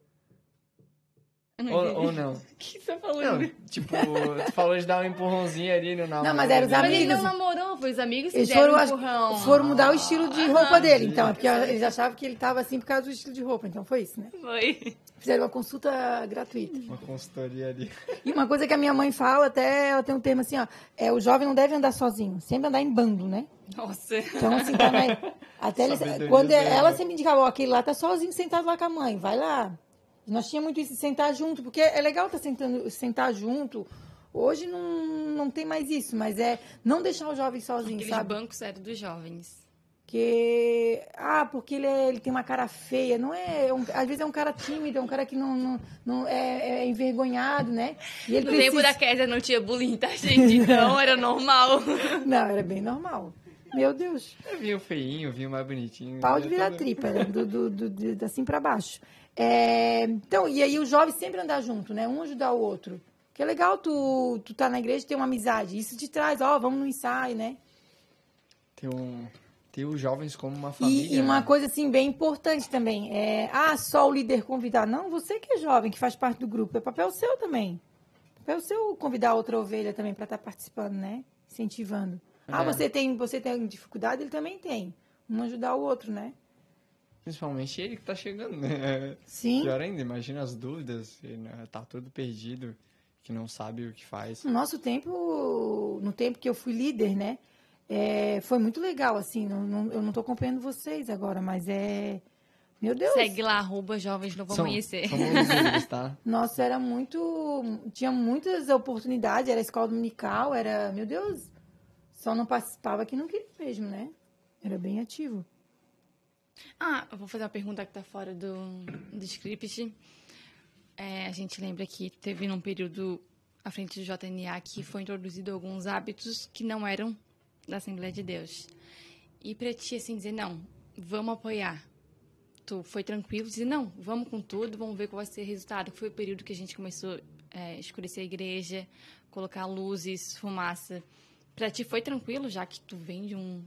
Eu não Ou, entendi. ou não? O que você tá falando? Não, tipo, tu falou de dar um empurrãozinho ali no namoro. mas era os Mas ele amigos. não namorou, foi os amigos que Eles deram foram, um acho- empurrão. foram mudar o estilo de roupa dele. entendi. Então, é porque eles achavam que ele tava assim por causa do estilo de roupa. Então, foi isso, né? Foi. Fizeram uma consulta gratuita. Uma consultoria ali. E uma coisa que a minha mãe fala, até ela tem um termo assim, ó. É, o jovem não deve andar sozinho. Sempre andar em bando, né? Nossa. Então, assim, tá, né? Até ele, Sabedoria quando dela. ela sempre indicava, ó, aquele lá tá sozinho sentado lá com a mãe, vai lá. Nós tínhamos muito isso de sentar junto, porque é legal tá sentando, sentar junto. Hoje não, não tem mais isso, mas é não deixar o jovem sozinho, Aqueles sabe? bancos eram dos jovens. Que, ah, porque ele, é- ele tem uma cara feia. Não é, é um- às vezes é um cara tímido, é um cara que não, não, não é, é envergonhado, né? E ele No tempo da Kézia não tinha bullying, tá, gente? Então era normal. Não, era bem normal. Meu Deus. Eu vi o feinho, vi o mais bonitinho. Pau Era de virar todo- tripa, né? do, do, do, de- assim pra baixo. É, então, e aí o jovem sempre andar junto, né? Um ajudar o outro. Que é legal tu, tu tá na igreja e ter uma amizade. Isso te traz, ó, vamos no ensaio, né? Ter, um, ter os jovens como uma E, família. e uma né? coisa, assim, bem importante também. É, ah, só o líder convidar. Não, você que é jovem, que faz parte do grupo. É papel seu também. Papel seu convidar outra ovelha também pra estar participando, né? Incentivando. Ah, É. você tem, você tem dificuldade? Ele também tem. Um ajudar o outro, né? Principalmente ele que tá chegando, né? Sim. Pior ainda, imagina as dúvidas. Ele, né, tá todo perdido, que não sabe o que faz. No nosso tempo, no tempo que eu fui líder, né? é, foi muito legal, assim. Não, não- eu não tô acompanhando vocês agora, mas é... Meu Deus. Segue lá, arroba jovens não vão São, amanhecer. são bons líderes, tá? Nossa, era muito... Tinha muitas oportunidades, era escola dominical, era... Meu Deus. Só não participava que não queria mesmo, né? Era bem ativo. Ah, eu vou fazer uma pergunta que tá fora do, do script. É, a gente lembra que teve num período à frente do J N A que foi introduzido alguns hábitos que não eram da Assembleia de Deus. E pra ti, assim, dizer, não, vamos apoiar. Tu foi tranquilo, dizer, não, vamos com tudo, vamos ver qual vai ser o resultado. Foi o período que a gente começou a é, escurecer a igreja, colocar luzes, fumaça. Pra ti foi tranquilo, já que tu vem de um,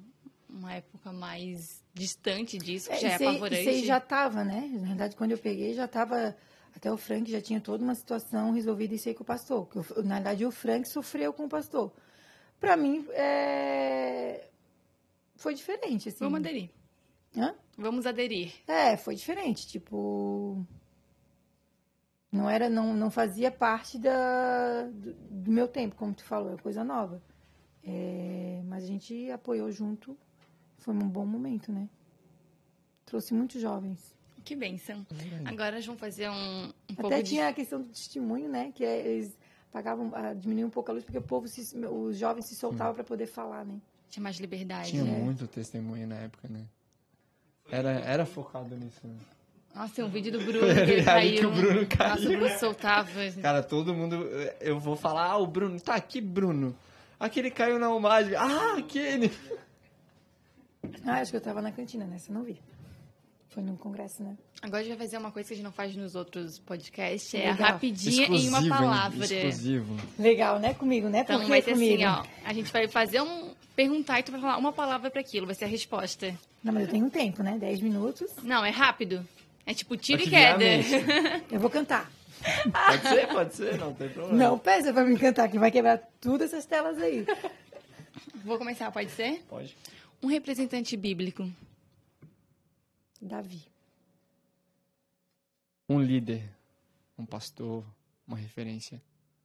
uma época mais distante disso, que É, já é isso aí- apavorante. Isso aí já tava, né? Na verdade, quando eu peguei, já tava... Até o Frank já tinha toda uma situação resolvida isso aí com o pastor. Que eu- na verdade, o Frank sofreu com o pastor. Pra mim, é... foi diferente, assim. Vamos aderir. Hã? Vamos aderir. É, foi diferente. Tipo... Não, era, não, não fazia parte da, do, do meu tempo, como tu falou. É coisa nova. É, mas a gente apoiou junto. Foi um bom momento, né? Trouxe muitos jovens. Que bênção. Agora nós vamos fazer um, um Até pouco tinha de... a questão do testemunho, né? Que é, eles pagavam, ah, diminuíam um pouco a luz, porque o povo, se, os jovens se soltavam para poder falar, né? Tinha mais liberdade. Tinha né? muito testemunho na época, né? Era, era focado nisso, né? Nossa, tem um vídeo do Bruno que ele Ali caiu. que o Bruno caiu. Nossa, o Bruno soltava. Cara, todo mundo... Eu vou falar, ah, o Bruno... Tá aqui, Bruno. Aquele caiu na umagem. Ah, aquele... Ah, acho que eu tava na cantina, né? Você não vi. Foi num congresso, né? Agora a gente vai fazer uma coisa que a gente não faz nos outros podcasts. É a Legal. rapidinha em uma hein? palavra. Exclusivo. Legal, né? Comigo, né? Então Por vai que ser comigo? assim, ó. A gente vai fazer um... Perguntar e tu vai falar uma palavra para aquilo. Vai ser a resposta. Não, mas eu tenho um tempo, né? Dez minutos. Não, é rápido. É tipo tiro e Aqui vem a queda. Eu vou cantar. Pode ser, pode ser, não tem problema. Não peça pra me cantar, que vai quebrar todas essas telas aí. Vou começar, pode ser? Pode. Um representante bíblico. Davi. Um líder, um pastor, uma referência.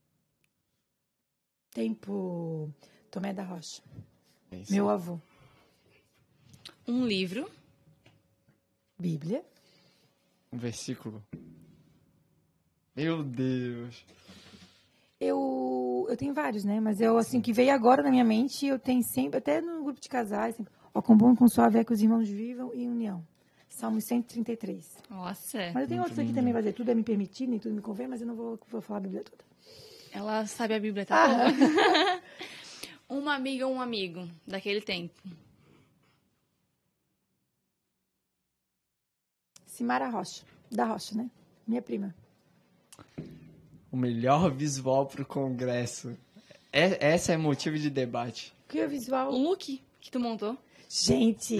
Tempo Tomé da Rocha. É isso. Meu avô. Um livro. Bíblia. Um versículo. Meu Deus. Eu, eu tenho vários, né? Mas eu, assim, que veio agora na minha mente, eu tenho sempre, até no grupo de casais, sempre, ó, com bom e com suave é que os irmãos vivam em união. Salmo cento e trinta e três. Nossa. Mas eu tenho Muito outros aqui lindo. também, vai dizer, tudo é me permitido, nem tudo me convém, mas eu não vou, vou falar a Bíblia toda. Ela sabe a Bíblia, tá Ah. bom? Uma amiga ou um amigo daquele tempo. Simara Rocha, da Rocha, né? Minha prima. O melhor visual pro congresso. É, essa é motivo de debate. Que é o visual? O look que tu montou. Gente!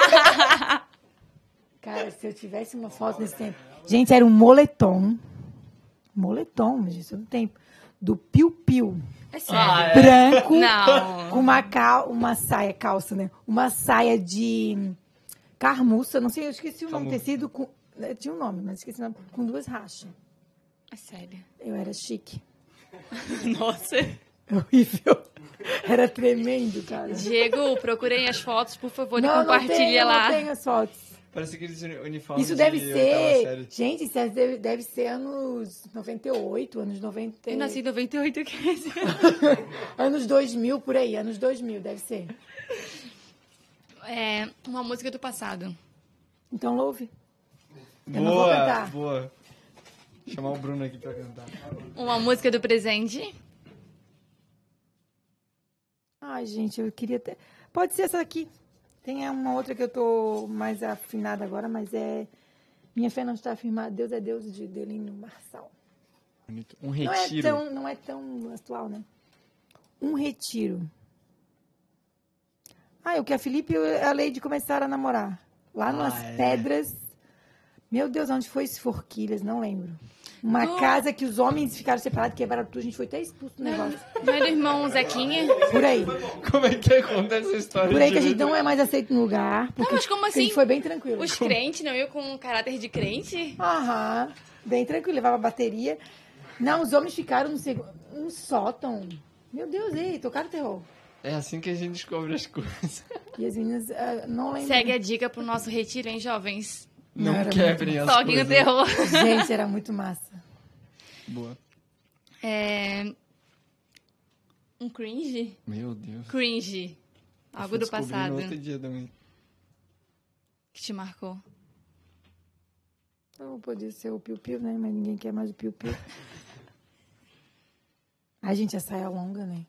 Cara, se eu tivesse uma foto nesse tempo... Gente, era um moletom. Moletom, mas isso do tempo. Do Piu Piu. É sério. Branco. Não. Com uma, cal, uma saia, calça, né? Uma saia de carmuça. Não sei, eu esqueci o nome. Camurça. Tecido com... Tinha um nome, mas esqueci o nome. Com duas rachas. É sério. Eu era chique. Nossa. Horrível. Era tremendo, cara. Diego, procurem as fotos, por favor, e Não, não compartilha tenho, lá. não tenho as fotos. Parece aqueles uni- uniformes Isso deve de oitava ser... série. Gente, isso deve, deve ser anos noventa e oito, anos noventa... Eu nasci em noventa e oito, quer dizer. anos dois mil, por aí. Anos dois mil, deve ser. É uma música do passado. Então, louve. Eu não vou cantar. boa. Vou chamar o Bruno aqui pra cantar. Uma música do presente. Ai, gente, eu queria ter... Pode ser essa aqui. Tem uma outra que eu tô mais afinada agora, mas é... Minha fé não está afirmada. Deus é Deus, de Delino Marçal. Bonito. Um Não é, retiro. tão, não é tão atual, né? Um retiro. Ah, o que a Felipe e a Leide começaram a namorar. Lá nas é. pedras. Meu Deus, onde foi esse Forquilhas? Não lembro. Uma No- casa que os homens ficaram separados, quebraram tudo. A gente foi até expulso do negócio. Não é do irmão Zequinha? Por aí. Como é que acontece essa história? Por aí que a de- gente não é mais aceito no lugar. Porque mas como a assim? gente foi bem tranquilo. Os crentes, não eu com caráter de crente? Aham. Bem tranquilo. Levava bateria. Não, os homens ficaram no seg... um sótão. Meu Deus, ei, tocaram terror. É assim que a gente descobre as coisas. E as meninas, ah, não lembro. Segue a dica pro nosso retiro, hein, jovens? Não, Não, era quebrem as Toquem o coisas. terror. Gente, era muito massa. Boa. É... Um cringe? Meu Deus. Cringe. Eu Algo fui do descobrir passado no outro dia também. que te marcou. Então, podia ser o piu-piu, né? Mas ninguém quer mais o piu-piu. Ai, gente, a saia longa, né?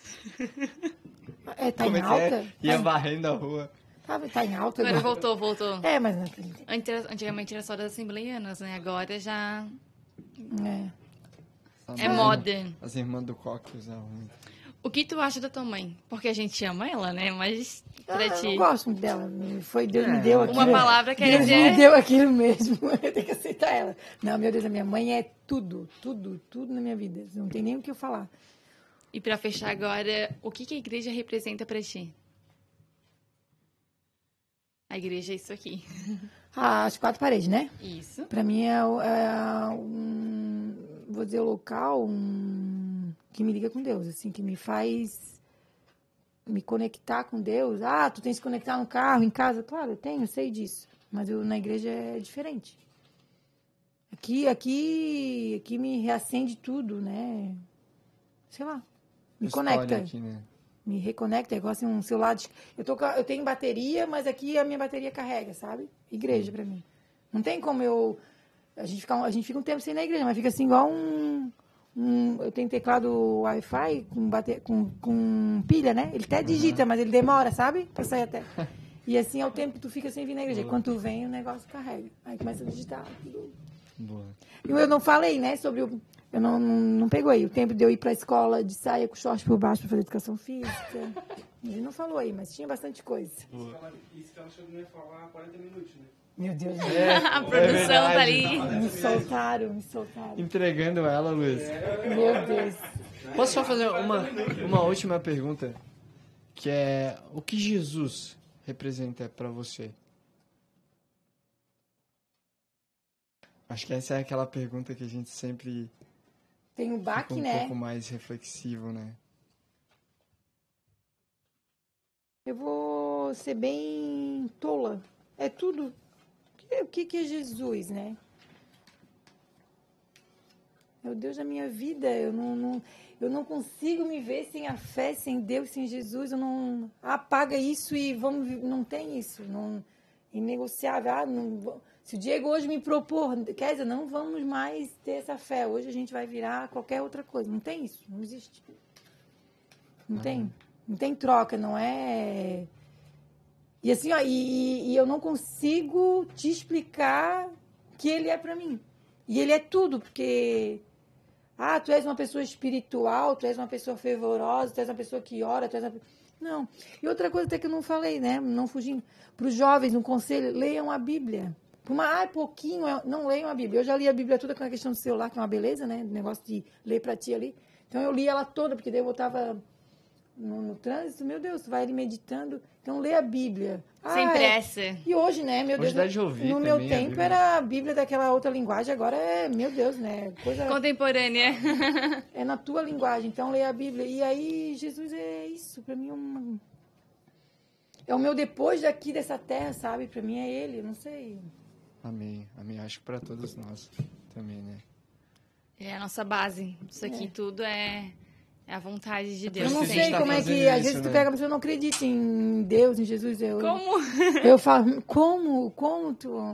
É, tá Como em é que alta? é? Ia Tá, varrendo a rua. tá, tá em alta Agora agora. voltou, voltou. É, mas naquele tempo. Antes- Antigamente era só das assembleianas, né? Agora já É. é moda. As irmãs do Coque usavam muito. O que tu acha da tua mãe? Porque a gente ama ela, né? Mas pra Ah, ti... eu não gosto muito dela. Foi Deus É, me deu aquilo. Uma palavra quer Deus dizer... me deu aquilo mesmo. Eu tenho que aceitar ela. Não, meu Deus, a minha mãe é tudo, tudo, tudo na minha vida. Não tem nem o que eu falar. E pra fechar agora, o que, que a igreja representa pra ti? A igreja é isso aqui. Ah, as quatro paredes, né? Isso. Pra mim é, o- é um, vou dizer, o local um, que me liga com Deus, assim, que me faz me conectar com Deus. Ah, tu tem que se conectar no carro, em casa? Claro, eu tenho, eu sei disso. Mas eu, na igreja é diferente. Aqui, aqui, aqui me reacende tudo, né? Sei lá, me História conecta. aqui, né? Me reconecta, é igual assim, um celular. De... Eu, tô, com a- eu tenho bateria, mas aqui a minha bateria carrega, sabe? Igreja pra mim. Não tem como eu. A gente fica, um- a gente fica um tempo sem ir na igreja, mas fica assim, igual um. um- eu tenho teclado Wi-Fi com, bate, com, com pilha, né? Ele até digita, mas ele demora, sabe? Pra sair até. E assim é o tempo que tu fica sem vir na igreja. Quando tu vem, o negócio carrega. Aí começa a digitar. Tudo. Boa. E eu não falei, né, sobre o... Eu não, não, não pegou aí o tempo de eu ir para a escola de saia com short por baixo para fazer educação física. A gente não falou aí, mas tinha bastante coisa. Isso que ela, isso que ela achou que não ia falar há quarenta minutos, né? Meu Deus. A produção tá ali. Me soltaram, me soltaram. Entregando ela, Luiz. Meu Deus. Posso só fazer uma, uma última pergunta? Que é, o que Jesus representa pra você? Acho que essa é aquela pergunta que a gente sempre Tem o fica baque, um né? pouco mais reflexivo, né? Eu vou ser bem tola. É tudo. O que, que é Jesus, né? É o Deus da minha vida. Eu não, não, eu não consigo me ver sem a fé, sem Deus, sem Jesus. Eu não. Apaga isso e vamos. vi- Não tem isso. Não, inegociável. Ah, não, vou- se o Diego hoje me propor, quer dizer, não vamos mais ter essa fé. Hoje a gente vai virar qualquer outra coisa. Não tem isso. Não existe. Não tem. Não tem troca, não é. E assim, ó, e, e eu não consigo te explicar que ele é pra mim. E ele é tudo, porque ah, tu és uma pessoa espiritual, tu és uma pessoa fervorosa, tu és uma pessoa que ora, tu és uma... Não. E outra coisa até que eu não falei, né? Não fugindo. Para os jovens, um conselho, leiam a Bíblia. Por uma, ah, pouquinho, não leiam a Bíblia. Eu já li a Bíblia toda com a questão do celular, que é uma beleza, né? Negócio de ler pra ti ali. Então eu li ela toda, porque daí eu botava no, no trânsito, meu Deus, tu vai ali meditando. Então lê a Bíblia. Sem Ah, é- pressa. E hoje, né, meu Hoje Deus, dá de ouvir no meu também a tempo Bíblia. era a Bíblia daquela outra linguagem, agora é, meu Deus, né, coisa Contemporânea. é na tua linguagem, então lê a Bíblia. E aí Jesus é isso, pra mim é uma... é o meu depois daqui dessa terra, sabe? Pra mim é ele, eu não sei. Amém. Amém. Acho que pra todos nós também, né? É a nossa base. Isso aqui É. tudo é, é a vontade de Eu Deus. não que a gente sei tá como é que, fazendo às isso, vezes tu né? pega a pessoa que não acredita em Deus, em Jesus. Eu, Como? eu falo, como, como tu...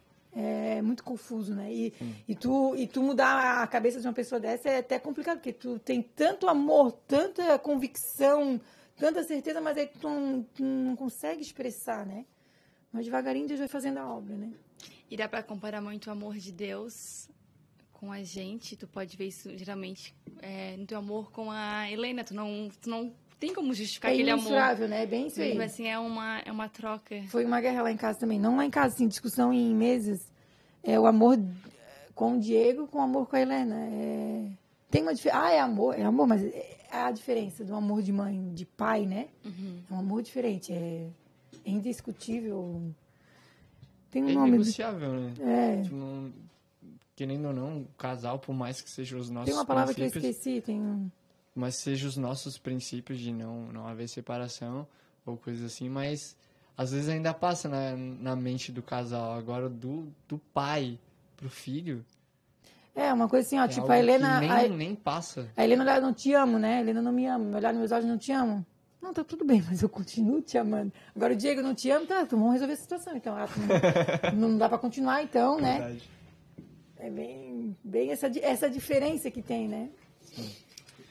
É muito confuso, né? E, e, tu, e tu mudar a cabeça de uma pessoa dessa é até complicado, porque tu tem tanto amor, tanta convicção, tanta certeza, mas aí tu não, tu não consegue expressar, né? Mas devagarinho Deus vai fazendo a obra, né? E dá pra comparar muito o amor de Deus com a gente. Tu pode ver isso geralmente é, no teu amor com a Helena. Tu não, tu não tem como justificar É aquele amor. imensurável, né? É bem isso aí. Mesmo assim, é uma, é uma troca. Foi uma guerra lá em casa também. Não lá em casa, assim, discussão em mesas. É o amor com o Diego, com o amor com a Helena. É... Tem uma diferença. Ah, é amor, é amor, mas é a diferença do amor de mãe, de pai, né? Uhum. É um amor diferente. É, é indiscutível. Tem um É nome. negociável, né? É. Tu não- Querendo ou não, o casal, por mais que sejam os nossos Tem uma palavra que eu princípios, esqueci. Tem um... mas sejam os nossos princípios de não, não haver separação ou coisas assim, mas às vezes ainda passa na, na mente do casal. Agora, do, do pai pro filho, É, uma coisa assim, ó. é tipo, algo a Helena. que nem, A, nem passa. a Helena olha, não te amo, né? A Helena não me ama. Me olhar nos meus olhos, não te amo. Não, tá tudo bem, mas eu continuo te amando. Agora o Diego não te ama, tá, então vamos resolver a situação. Então, ah, tu não, não dá pra continuar, então, né? Verdade. É bem, bem essa, di- essa diferença que tem, né?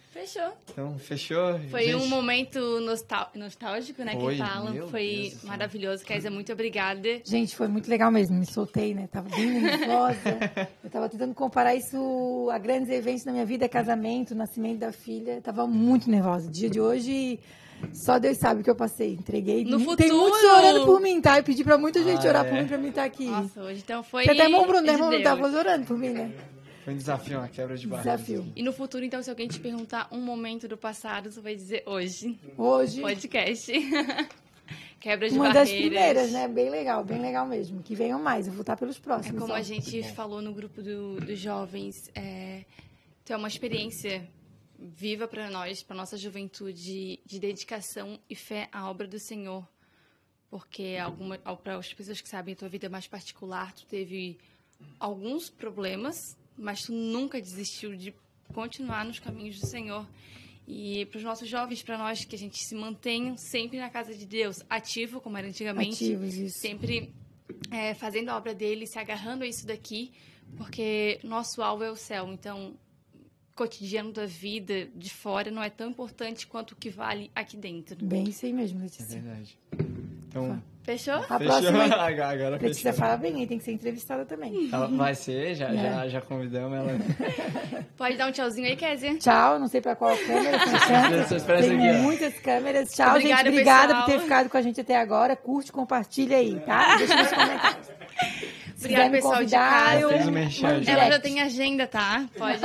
Fechou. Então, fechou? Foi Gente, um momento nostal- nostálgico, né, Foi, que falam. meu Foi Deus do céu. maravilhoso. Kézia, muito obrigada. Gente, foi muito legal mesmo, me soltei, né? Tava bem nervosa. Eu tava tentando comparar isso a grandes eventos na minha vida, casamento, nascimento da filha. Eu tava muito nervosa. Dia de hoje, só Deus sabe o que eu passei. Entreguei. No Tem futuro. muitos orando por mim, tá? Eu pedi pra muita gente Ah, orar é? por mim, pra mim estar aqui. Nossa, hoje então foi Porque até irmão Bruno, né? de Irmão Bruno Deus. tava orando por mim, né? Foi um desafio, uma quebra de barreira. Desafio. E no futuro, então, se alguém te perguntar um momento do passado, você vai dizer hoje. Hoje, Podcast. Quebra de uma das barreiras. primeiras, né? Bem legal, bem legal mesmo. Que venham mais, eu vou estar pelos É próximos. como ó. a gente falou no grupo do- dos jovens, é, então é uma experiência viva para nós, para nossa juventude, de dedicação e fé à obra do Senhor. Porque para as pessoas que sabem a tua vida mais particular, tu teve alguns problemas, mas tu nunca desistiu de continuar nos caminhos do Senhor. E para os nossos jovens, para nós, que a gente se mantenha sempre na casa de Deus, ativo, como era antigamente, Ativos, isso. sempre é, fazendo a obra dele, se agarrando a isso daqui, porque nosso alvo é o céu. Então, o cotidiano da vida de fora não é tão importante quanto o que vale aqui dentro. Bem isso aí mesmo, É Letícia. verdade. Então, Fechou? A fechou. próxima, Agora Letícia fechou. fala bem aí, tem que ser entrevistada também. Ela vai ser, já, É. já, já convidamos ela. Pode dar um tchauzinho aí, Kézia? Tchau, não sei pra qual câmera, são tantas. Vocês parecem Tem aqui, ó. muitas câmeras. Tchau, Obrigada, gente. Obrigada pessoal. por ter ficado com a gente até agora. Curte, compartilha aí, tá? Deixa nos comentários. Se Obrigada, quiser me pessoal de convidar, casa. eu Fez um merchan mando já. Ela já direct. tem agenda, tá? Pode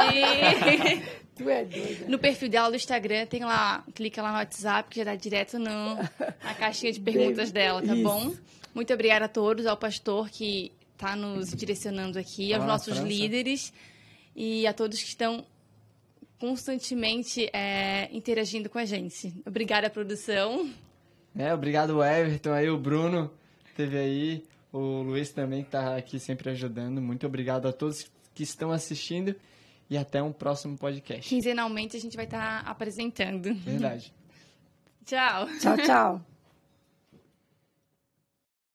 ir. Tu é doida. No perfil dela do Instagram, tem lá, clica lá no WhatsApp, que já dá direto no, na caixinha de perguntas dela, tá Isso. bom? Muito obrigada a todos, ao pastor que está nos direcionando aqui, aos Lá na nossos França. líderes e a todos que estão constantemente é, interagindo com a gente. Obrigada, produção. É, obrigado, Everton, aí o Bruno teve aí, o Luiz também que tá aqui sempre ajudando. Muito obrigado a todos que estão assistindo e até um próximo podcast. Quinzenalmente a gente vai estar apresentando. Verdade. Tchau. Tchau, tchau.